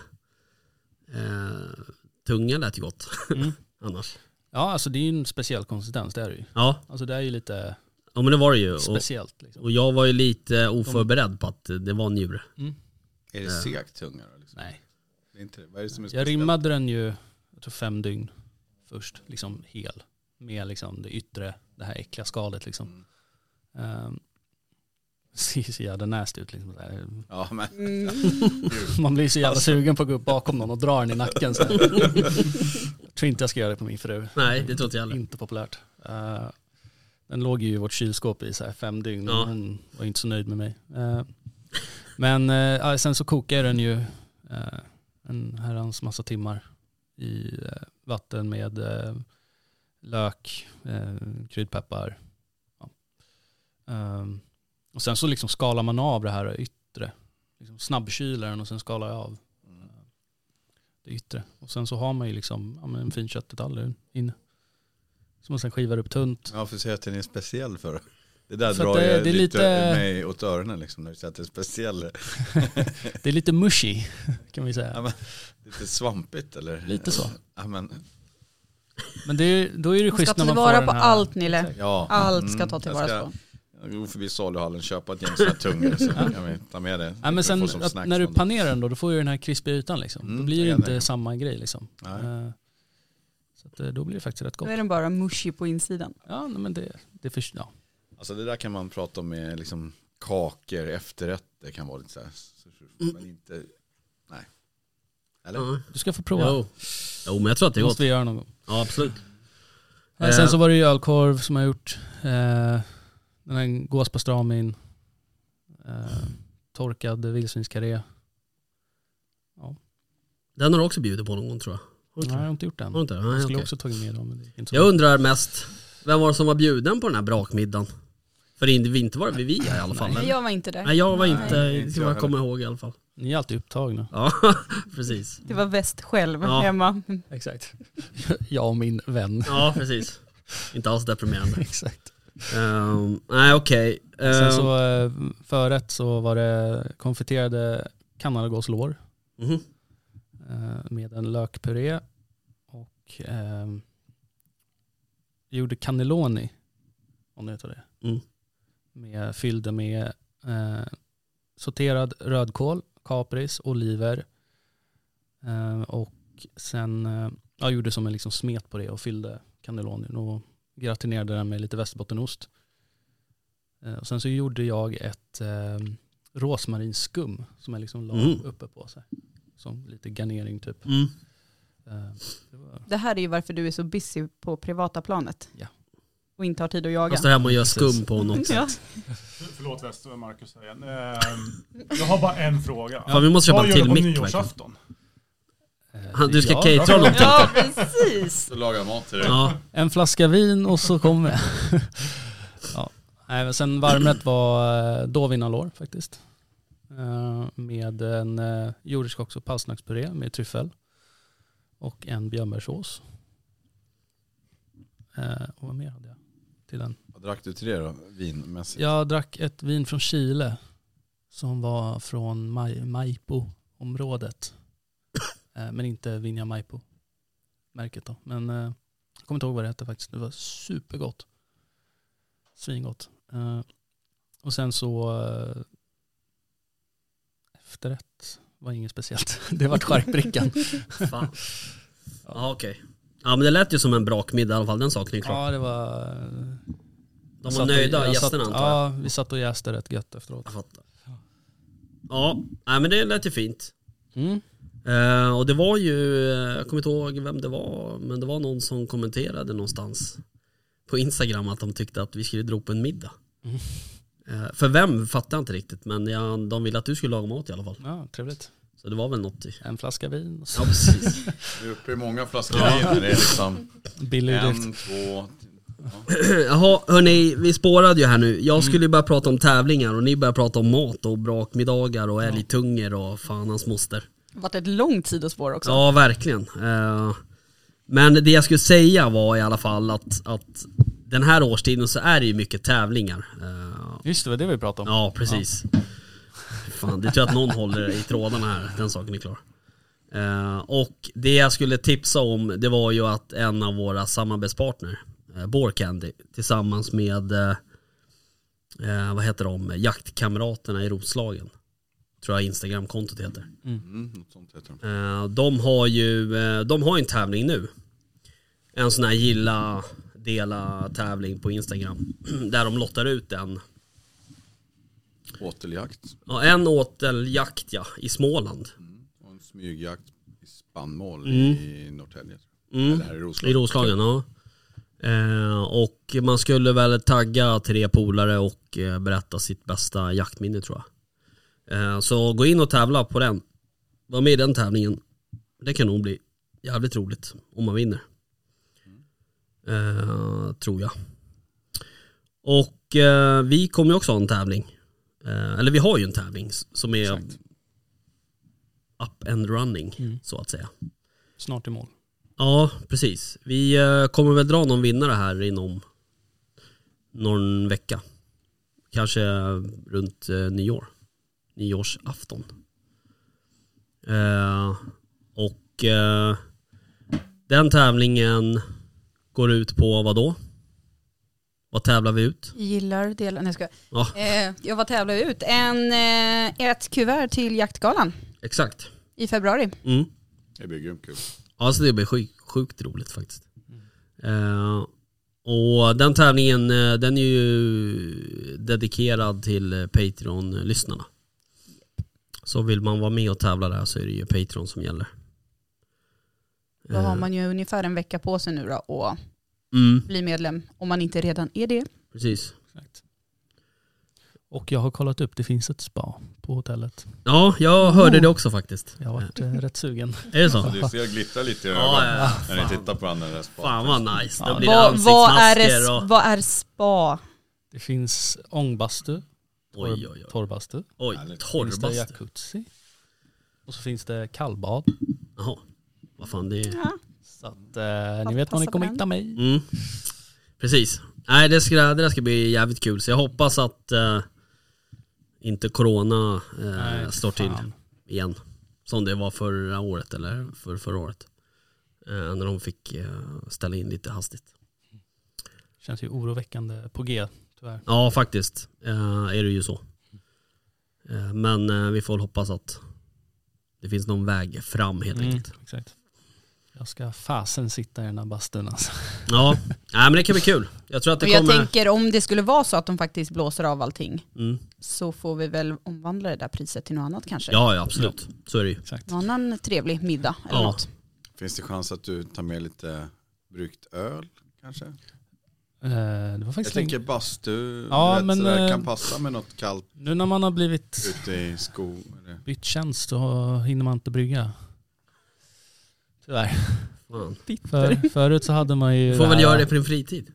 tunga lät ju gott Mm. annars. Ja, alltså det är ju en speciell konsistens, det är det ju. Ja, Alltså det är ju lite ja men det var det ju. Och, speciellt. Liksom. och jag var ju lite oförberedd på att det var en njure. Mm. Är det Ja. segt tunga då? Liksom? Nej, Det är inte det. Vad är det som är jag speciellt? rimmade den ju, jag tror fem dygn först, liksom hel. Med liksom det yttre, det här äckliga skalet liksom. Um, ser så jävla näst ut liksom. Så här. Ja, men Mm. Man blir så jävla sugen på att gå upp bakom någon och dra den i nacken. Så här. Jag tror inte jag ska göra det på min fru. Nej, det tror inte jag heller. Inte populärt. Uh, den låg ju i vårt kylskåp i så här fem dygn och Ja. hon var inte så nöjd med mig. Uh, men uh, sen så kokar den ju uh, en herrans massa timmar i uh, vatten med uh, lök, uh, kryddpeppar. Ja. Um, och sen så liksom skalar man av det här yttre. Liksom snabbkylar den och sen skalar jag av Mm. det yttre. Och sen så har man ju liksom ja, men en fin köttdetalj där inne. Som man sen skivar upp tunt. Ja, för att säga att den är speciell för det där För att drar det- jag det är lite, lite- mig åt öronen liksom när du säger att det är speciell. Det är lite mushy kan vi säga. Ja, men, lite svampigt eller? Lite så. Ja, men, Men det är, då är det Man ska schysst när ta man får tillvara den på här... allt Nille. ja. Allt ska Mm, ta jag tillvara ska- på. Jag går förbi saluhallen, köpa ett gäng sådana här tungor så kan vi ta med det. Ja, men sen Få som att snacks när du någon dag. panerar den då, då får du den här krispiga ytan liksom. Mm, då blir det jag inte gärna. samma grej liksom. Nej. Eh, Så att, eh, då blir det faktiskt rätt Då gott. är den bara mushy på insidan. Ja, nej, men det, det för, ja. Alltså det där kan man prata om med liksom kakor, efterrätter kan vara lite så här. Men inte, nej. Eller? Ja. Du ska få prova. Jo. jo, men jag tror att det Det är måste gott. vi göra någon gång. Ja, absolut. Eh, Sen så var det ju ölkorv som jag har gjort. Eh, den här gåspastramin. Eh, torkad vildsvinskarré. Den har du också bjudit på någon gång tror jag. Har du Nej, jag inte? har inte gjort den. Har du inte? Jag Nej, skulle okej. också tagit med dem. Men det är inte så Jag undrar mest, vem var det som var bjuden på den här brakmiddagen? För inte, inte var det vi i alla fall. Nej, eller? jag var inte där. Nej, jag var Nej, inte, inte inte jag vad jag heller. kommer ihåg i alla fall. Ni är alltid upptagna. Ja, precis. Det var väst själv Ja. hemma. Exakt. Jag och min vän. Ja, precis. Inte alls deprimerande. Exakt. Um, nej, okej. Sen Um, så eh, förrätt så var det konfiterade kanadagåslår. mhm. eh, med en lökpuré och eh, gjorde cannelloni, om ni vet vad det är. Mm. Med, fyllde med eh, sorterad rödkål, kapris, oliver eh, och sen eh, jag gjorde som en liksom smet på det och fyllde cannellonin och gratinerade den med lite västerbottenost. Eh, och sen så gjorde jag ett eh, rosmarinskum som jag liksom la Mm. uppe på sig. Som lite garnering typ. Mm. Eh, det var, Det här är ju varför du är så busy på privata planet. Ja. Och inte har tid att jaga. Fast det här man gör Precis. skum på något Ja. sätt. Förlåt Wester, Marcus igen. Eh, jag har bara en fråga. Fan, vi måste köpa Vad en gör till du på mick, nyårsafton? eh, Han- du ska ja, catera bra. honom. Ja, precis. Så lagar mat till dig. Ja. En flaska vin och så kommer jag. Ja. Nej, men sen varmrätt var eh, dovvinnarlår faktiskt. Eh, med en eh, jordärtskocks- och palsnackspuré med tryffel. Och en björnbärssås. Eh, och vad mer hade jag till den? Vad drack du till det då, vinmässigt? Jag drack ett vin från Chile som var från Mai- Maipo-området. Eh, men inte Vinja Maipo-märket då. Men eh, jag kommer inte ihåg vad det hette faktiskt. Det var supergott. Svingott. Eh, och sen så eh, efterrätt var inget speciellt. Det var charkbrickan. Fan. Ja, okej. Ja, men det lät ju som en brakmiddag i alla fall, den saken är klar. Ja, det var... De var nöjda, gästerna antar jag. Ja, vi satt och jäste rätt gött efteråt. Jag fattar. Ja, nej, men det lät ju fint. Mm. Eh, och det var ju, jag kommer inte ihåg vem det var, men det var någon som kommenterade någonstans på Instagram att de tyckte att vi skulle dra på en middag. Mm. Eh, för vem fattar jag inte riktigt, men ja, de ville att du skulle laga mat i alla fall. Ja, trevligt. Så det var väl något i. En flaska vin. Och så. Ja, precis. Vi är uppe i många flaskor vin. Det är liksom Billig drift. en, två... Jaha, hörni, vi spårade ju här nu. Jag skulle ju börja prata om tävlingar och ni börjar prata om mat och brakmiddagar och älgtungor och fan hans moster. Det har varit ett långt sidospår också. Ja, verkligen. Eh, Men det jag skulle säga var i alla fall att, att den här årstiden så är det ju mycket tävlingar. Eh, Just det, var det vi pratade om. Ja, precis. Fan, det tror jag att någon håller i trådarna här, den saken är klar. Eh, och det jag skulle tipsa om, det var ju att en av våra samarbetspartner, eh, Borcandy, tillsammans med eh, eh, vad heter de, jaktkamraterna i Roslagen, tror jag Instagram-kontot heter. Mm, något sånt heter de. Eh, de har ju eh, de har en tävling nu. En sån här gilla dela tävling på Instagram där de lottar ut en Åteljakt. ja, en åteljakt ja, i Småland. Mm. Och en smygjakt i spannmål Mm. i Norrtälje. Mm. Eller här i Roslagen. I Roslagen, ja. Eh, och man skulle väl tagga tre polare och eh, berätta sitt bästa jaktminne, tror jag. Eh, så gå in och tävla på den. Var med i den tävlingen. Det kan nog bli jävligt roligt om man vinner. Eh, tror jag. Och eh, vi kommer ju också ha en tävling. Eh, eller vi har ju en tävling som är Exakt. up and running, Mm. så att säga. Snart i mål. Ja, precis. Vi eh, kommer väl dra någon vinnare här inom någon vecka. Kanske runt eh, nyår. Nyårsafton. Eh, och eh, den tävlingen går ut på vad då? Vad tävlar vi ut? Gillar delen. Nej, jag, ska. Ja, Eh, jag var tävla ut en, eh, ett kuvert till jaktgalan exakt. i februari. Mm. Det blir grymt kul. Alltså det blir sjukt, sjukt roligt faktiskt. Eh, och den tävlingen, eh, den är ju dedikerad till eh, Patreon-lyssnarna. Så vill man vara med och tävla där så är det ju Patreon som gäller. Då har man ju ungefär en vecka på sig nu då och Mm, bli medlem om man inte redan är det. precis. Exakt. Och jag har kollat upp, det finns ett spa på hotellet. Ja, jag hörde det också faktiskt. Jag har varit eh, rätt sugen. Är det Så så? du ser glittra lite i Ja, ögonen ja, när ni fan. tittar på den där spaten. Fan vad nice. Ja. Då blir det Vad, vad, är ansiktsmasker det, och... vad är spa? Det finns ångbastu, torr, Oj, oj, oj. torrbastu. Oj, Härligt. Finns det torrbastu. jacuzzi. Och så finns det kallbad. Jaha, vad fan det är... Ja. Så att eh, ni vet var ni passa på kommer den. hitta mig. Mm. Precis. Nej, det ska, det där ska bli jävligt kul. Så jag hoppas att eh, inte corona eh, Nej, står till fan. igen. som det var förra året eller för förra året. Eh, när de fick eh, ställa in lite hastigt. Känns ju oroväckande på G, tyvärr. Ja, faktiskt eh, är det ju så. Eh, men eh, vi får väl hoppas att det finns någon väg fram helt Mm, enkelt. exakt. Jag ska fasen sitta i den här bastun alltså. Ja, nej, men det kan bli kul. Jag tror att det Och jag kommer... tänker om det skulle vara så att de faktiskt blåser av allting Mm. så får vi väl omvandla det där priset till något annat kanske. Ja, ja, absolut. Så är det ju. Exakt. Någon annan trevlig middag eller Ja. något. Finns det chans att du tar med lite bryggt öl kanske? Eh, det var Jag faktiskt tänker länge. bastu, Ja, vet, men, sådär, eh, kan passa med något kallt Nu när man har blivit ute i skog. Eller? bytt tjänst så hinner man inte brygga. Tyvärr. Fan. För, förut så hade man ju... Du får väl göra det på din fritid.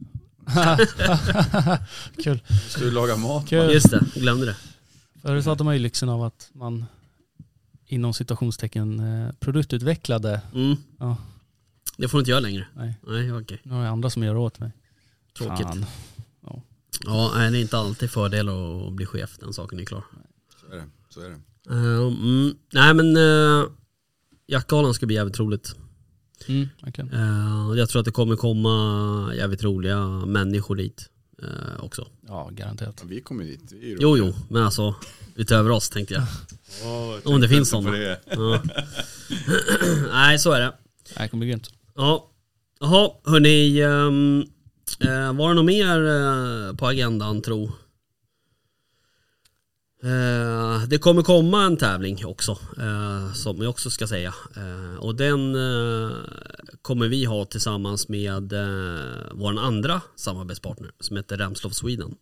Kul. Ska du laga mat? Kul. Just det, glömde det. Förut så hade man ju lyxen av att man inom citationstecken eh, produktutvecklade. Mm. Ja, Det får du inte göra längre. nej. Nej, okej. Nu har jag andra som gör åt mig. Tråkigt. Fan. Ja, nej, det är inte alltid fördel att bli chef, den saken är klar. Så är det. Så är det. Uh, mm, nej men uh, jaktgalan ska bli jävligt roligt. Mm, verkligen. Uh, jag tror att det kommer komma jävligt roliga människor dit uh, också. Ja, garanterat. Ja, vi kommer dit. Det är ju Jo, roligt. jo, men alltså utöver oss tänkte jag. Åh, jag Om det tänkte finns inte på sådana. det. Ja. Nej, så är det. Det kommer bli grymt. Ja, jaha, hörni, um, uh, var det något mer uh, på agendan tro? Uh, det kommer komma en tävling också, uh, som jag också ska säga. Uh, och den uh, kommer vi ha tillsammans med uh, vår andra samarbetspartner som heter Remslow Sweden.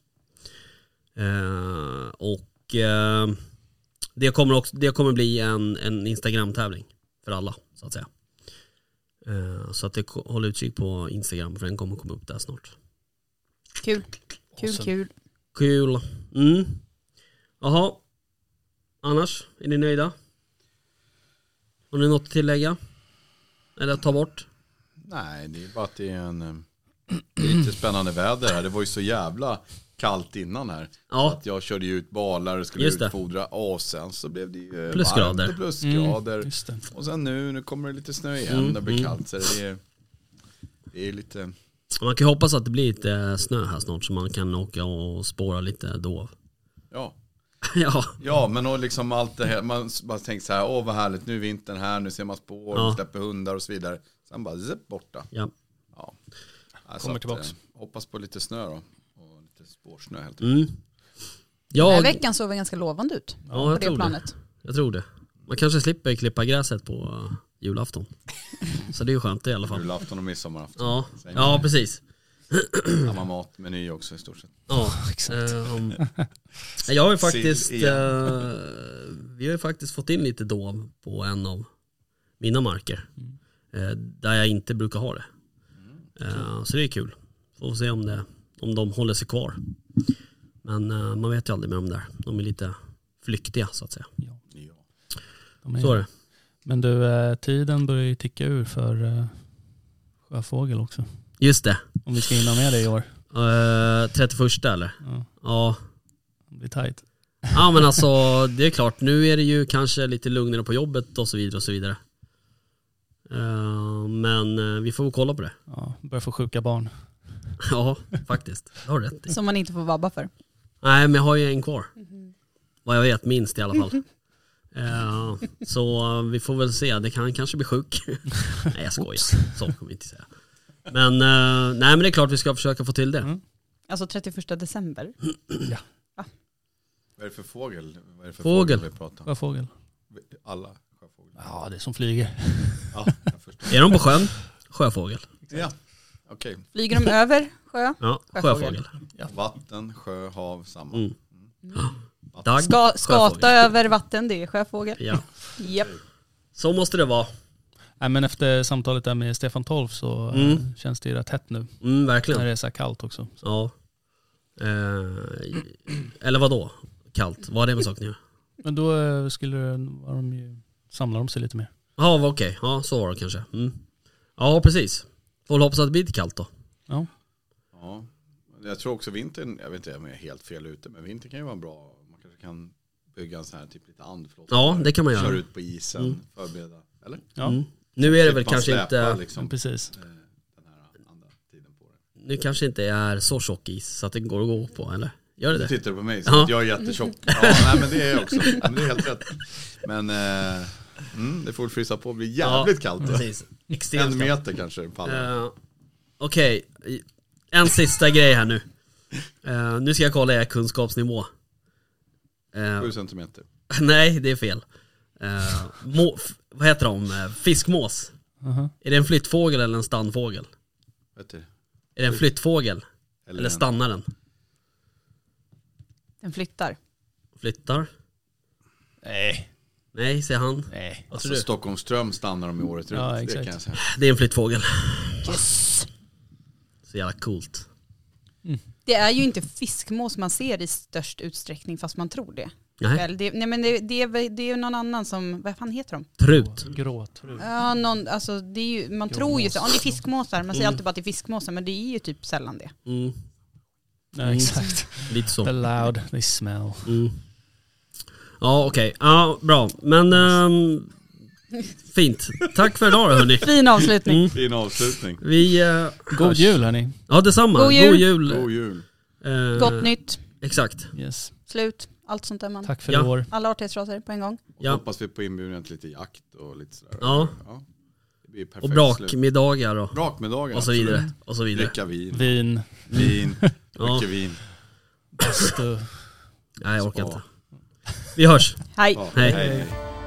Uh, och uh, det, kommer också, det kommer bli en, en Instagram-tävling för alla, så att säga. Uh, så att det, håll utkik på Instagram för den kommer komma upp där snart. Kul, kul, Awesome. kul. Kul. Mm. Jaha. Annars, är ni nöjda? Har ni något att tillägga? Eller ta bort? Nej, det är bara att det är en eh, det är lite spännande väder här. Det var ju så jävla kallt innan här. Ja. Att jag körde ju ut balar och skulle Just det. utfodra. Och sen så blev det ju Plusgrader. varmt och plusgrader. Mm, just det. Och sen nu, nu kommer det lite snö igen. Mm, Det blir mm. kallt. Så det är, det är lite... Man kan ju hoppas att det blir lite snö här snart så man kan åka och spåra lite då. Ja. Ja. Ja, men och liksom allt det här. Man bara tänker så här, åh vad härligt, nu är vintern här, nu ser man spår, Ja. nu släpper hundar och så vidare. Sen bara zip, borta. Ja. Ja. Alltså Kommer att, tillbaks. eh, hoppas på lite snö då. Och lite spårsnö helt enkelt. Mm. Den Ja, här veckan såg väl ganska lovande ut ja på jag, det tror det. planet. jag tror det. Man kanske slipper klippa gräset på uh, julafton. Så det är ju skönt i alla fall. Julafton och midsommarafton. Ja, Sen ja precis. samma matmeny också i stort sett. Ja, Exakt. ehm, jag har ju faktiskt Sill igen. eh, vi har ju faktiskt fått in lite dov på en av mina marker eh, där jag inte brukar ha det. Eh, så det är kul. Får se om, det, om de håller sig kvar. Men eh, man vet ju aldrig med dem där. De är lite flyktiga så att säga. Ja. De är- Så är det. Men du, eh, tiden börjar ju ticka ur för eh, sjöfågel också. Just det. Om vi ska hinna med det i år. Eh, trettioförsta eller? Ja, Ja. det blir tajt. Ja men alltså det är klart. Nu är det ju kanske lite lugnare på jobbet och så vidare och så vidare. Eh, men eh, vi får väl kolla på det. Ja, börjar få sjuka barn. Ja, faktiskt. Det har du rätt i. Som man inte får vabba för. Nej, men jag har ju en kvar. Vad jag vet, minst i alla fall. Eh, så eh, vi får väl se. Det kan kanske bli sjuk. Nej, jag skojar. Så kommer vi inte säga. Men, eh, nej, men det är klart vi ska försöka få till det. Mm. Alltså trettioförsta december. Vad är det för fågel? Vad är det för Fågel. fågel vi pratar om? Sjöfågel. Alla sjöfåglar. Ja, det är som flyger. Ja, jag förstår. Är de på sjön? Sjöfågel. Ja, okej. Flyger de över sjö? Ja, Sjöfågel. sjöfågel. Vatten, sjö, hav, samma. Mm. Vatten. Dag, Ska, skata sjöfågel. över vatten, det är sjöfågel. Ja, Japp. så måste det vara. Nej, men efter samtalet där med Stefan Tolf så eh, Mm. känns det ju rätt hett nu. Mm, När verkligen. det är så här kallt också. Så. Ja. Eh, eller vad då? Kallt. Vad är det med saken att göra? Men då eh, skulle det, var de ju, samlar de sig lite mer. Ja, okej. Okay. Ja, så var det kanske. Mm. Ja, precis. Får väl hoppas att det blir lite kallt då. Ja. Ja, jag tror också vintern, jag vet inte om jag är helt fel ute, men vintern kan ju vara bra. Man kanske kan bygga en sån här typ lite andflott. Ja, det kan man göra. Kör ut på isen, Mm. förbereda, eller? Ja, Mm. Nu är det väl Slippa kanske släpa, inte liksom, precis. eh, den här andra tiden på det. Nu kanske inte är så tjock is så att det går att gå på, eller? Gör det Du det? tittar på mig så Ja. att jag är jättetjock. Ja, nej, men det är jag också. Men det är helt rätt. Men eh, mm, det får väl frysa på och bli jävligt kallt. Då. Precis. En Extremt kallt. meter kanske pallar. Uh, Okej, en sista grej här nu. Uh, nu ska jag kolla er kunskapsnivå. Uh, Sju centimeter. nej, det är fel. Uh, må, f- vad heter de? Uh, fiskmås. Uh-huh. Är det en flyttfågel eller en stannfågel? Vet du? Är det en flyttfågel? Eller, Eller en- stannar den? Den flyttar. Flyttar? Nej, Nej, säger han. nej. Vad tror Alltså du? Stockholmström stannar de i året runt. Ja, det exakt. kan jag säga. Det är en flyttfågel. Yes. Så jävla coolt. Det är ju inte fiskmås man ser i störst utsträckning fast man tror det. Nej, Väl, det nej men det, det, är, väl- det är ju någon annan som, vad fan heter de? trut. Gråtrut. Ja, någon, alltså det är ju, man Gråmås. tror ju så, ja, det är fiskmåsar, man säger Mm. alltid bara att det är fiskmåsar men det är ju typ sällan det. Mm. Ja, exakt. Lite så. The loud, they smell. Mm. Ja, okej. Ja, bra. Men ehm, fint. Tack för idag då, hörni. Fin avslutning. Mm. Fin avslutning. Vi... eh, God hörs. jul hörni. Ja, detsamma. God jul. God jul. God jul. Eh, Gott nytt, Exakt. Yes. slut, allt sånt där man. Tack för Ja. i år. Alla artighetsraser på en gång. Och Ja. hoppas vi på inbjudan till lite jakt och lite sådär. Ja. ja. Det blir perfekt Och slut. brakmiddagar och, Brakmiddagar. och så absolut. vidare. Och så vidare. Dricka vin. Vin, Vin. Ja. Mycket vin. bastu. Nej, jag orkar Ja. inte. Vi hörs. Hej. Ja. Hej. Hej.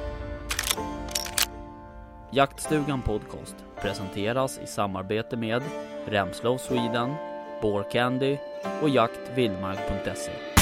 Jaktstugan Podcast presenteras i samarbete med Remslow Sweden, Boar Candy och jakt vildmark punkt se.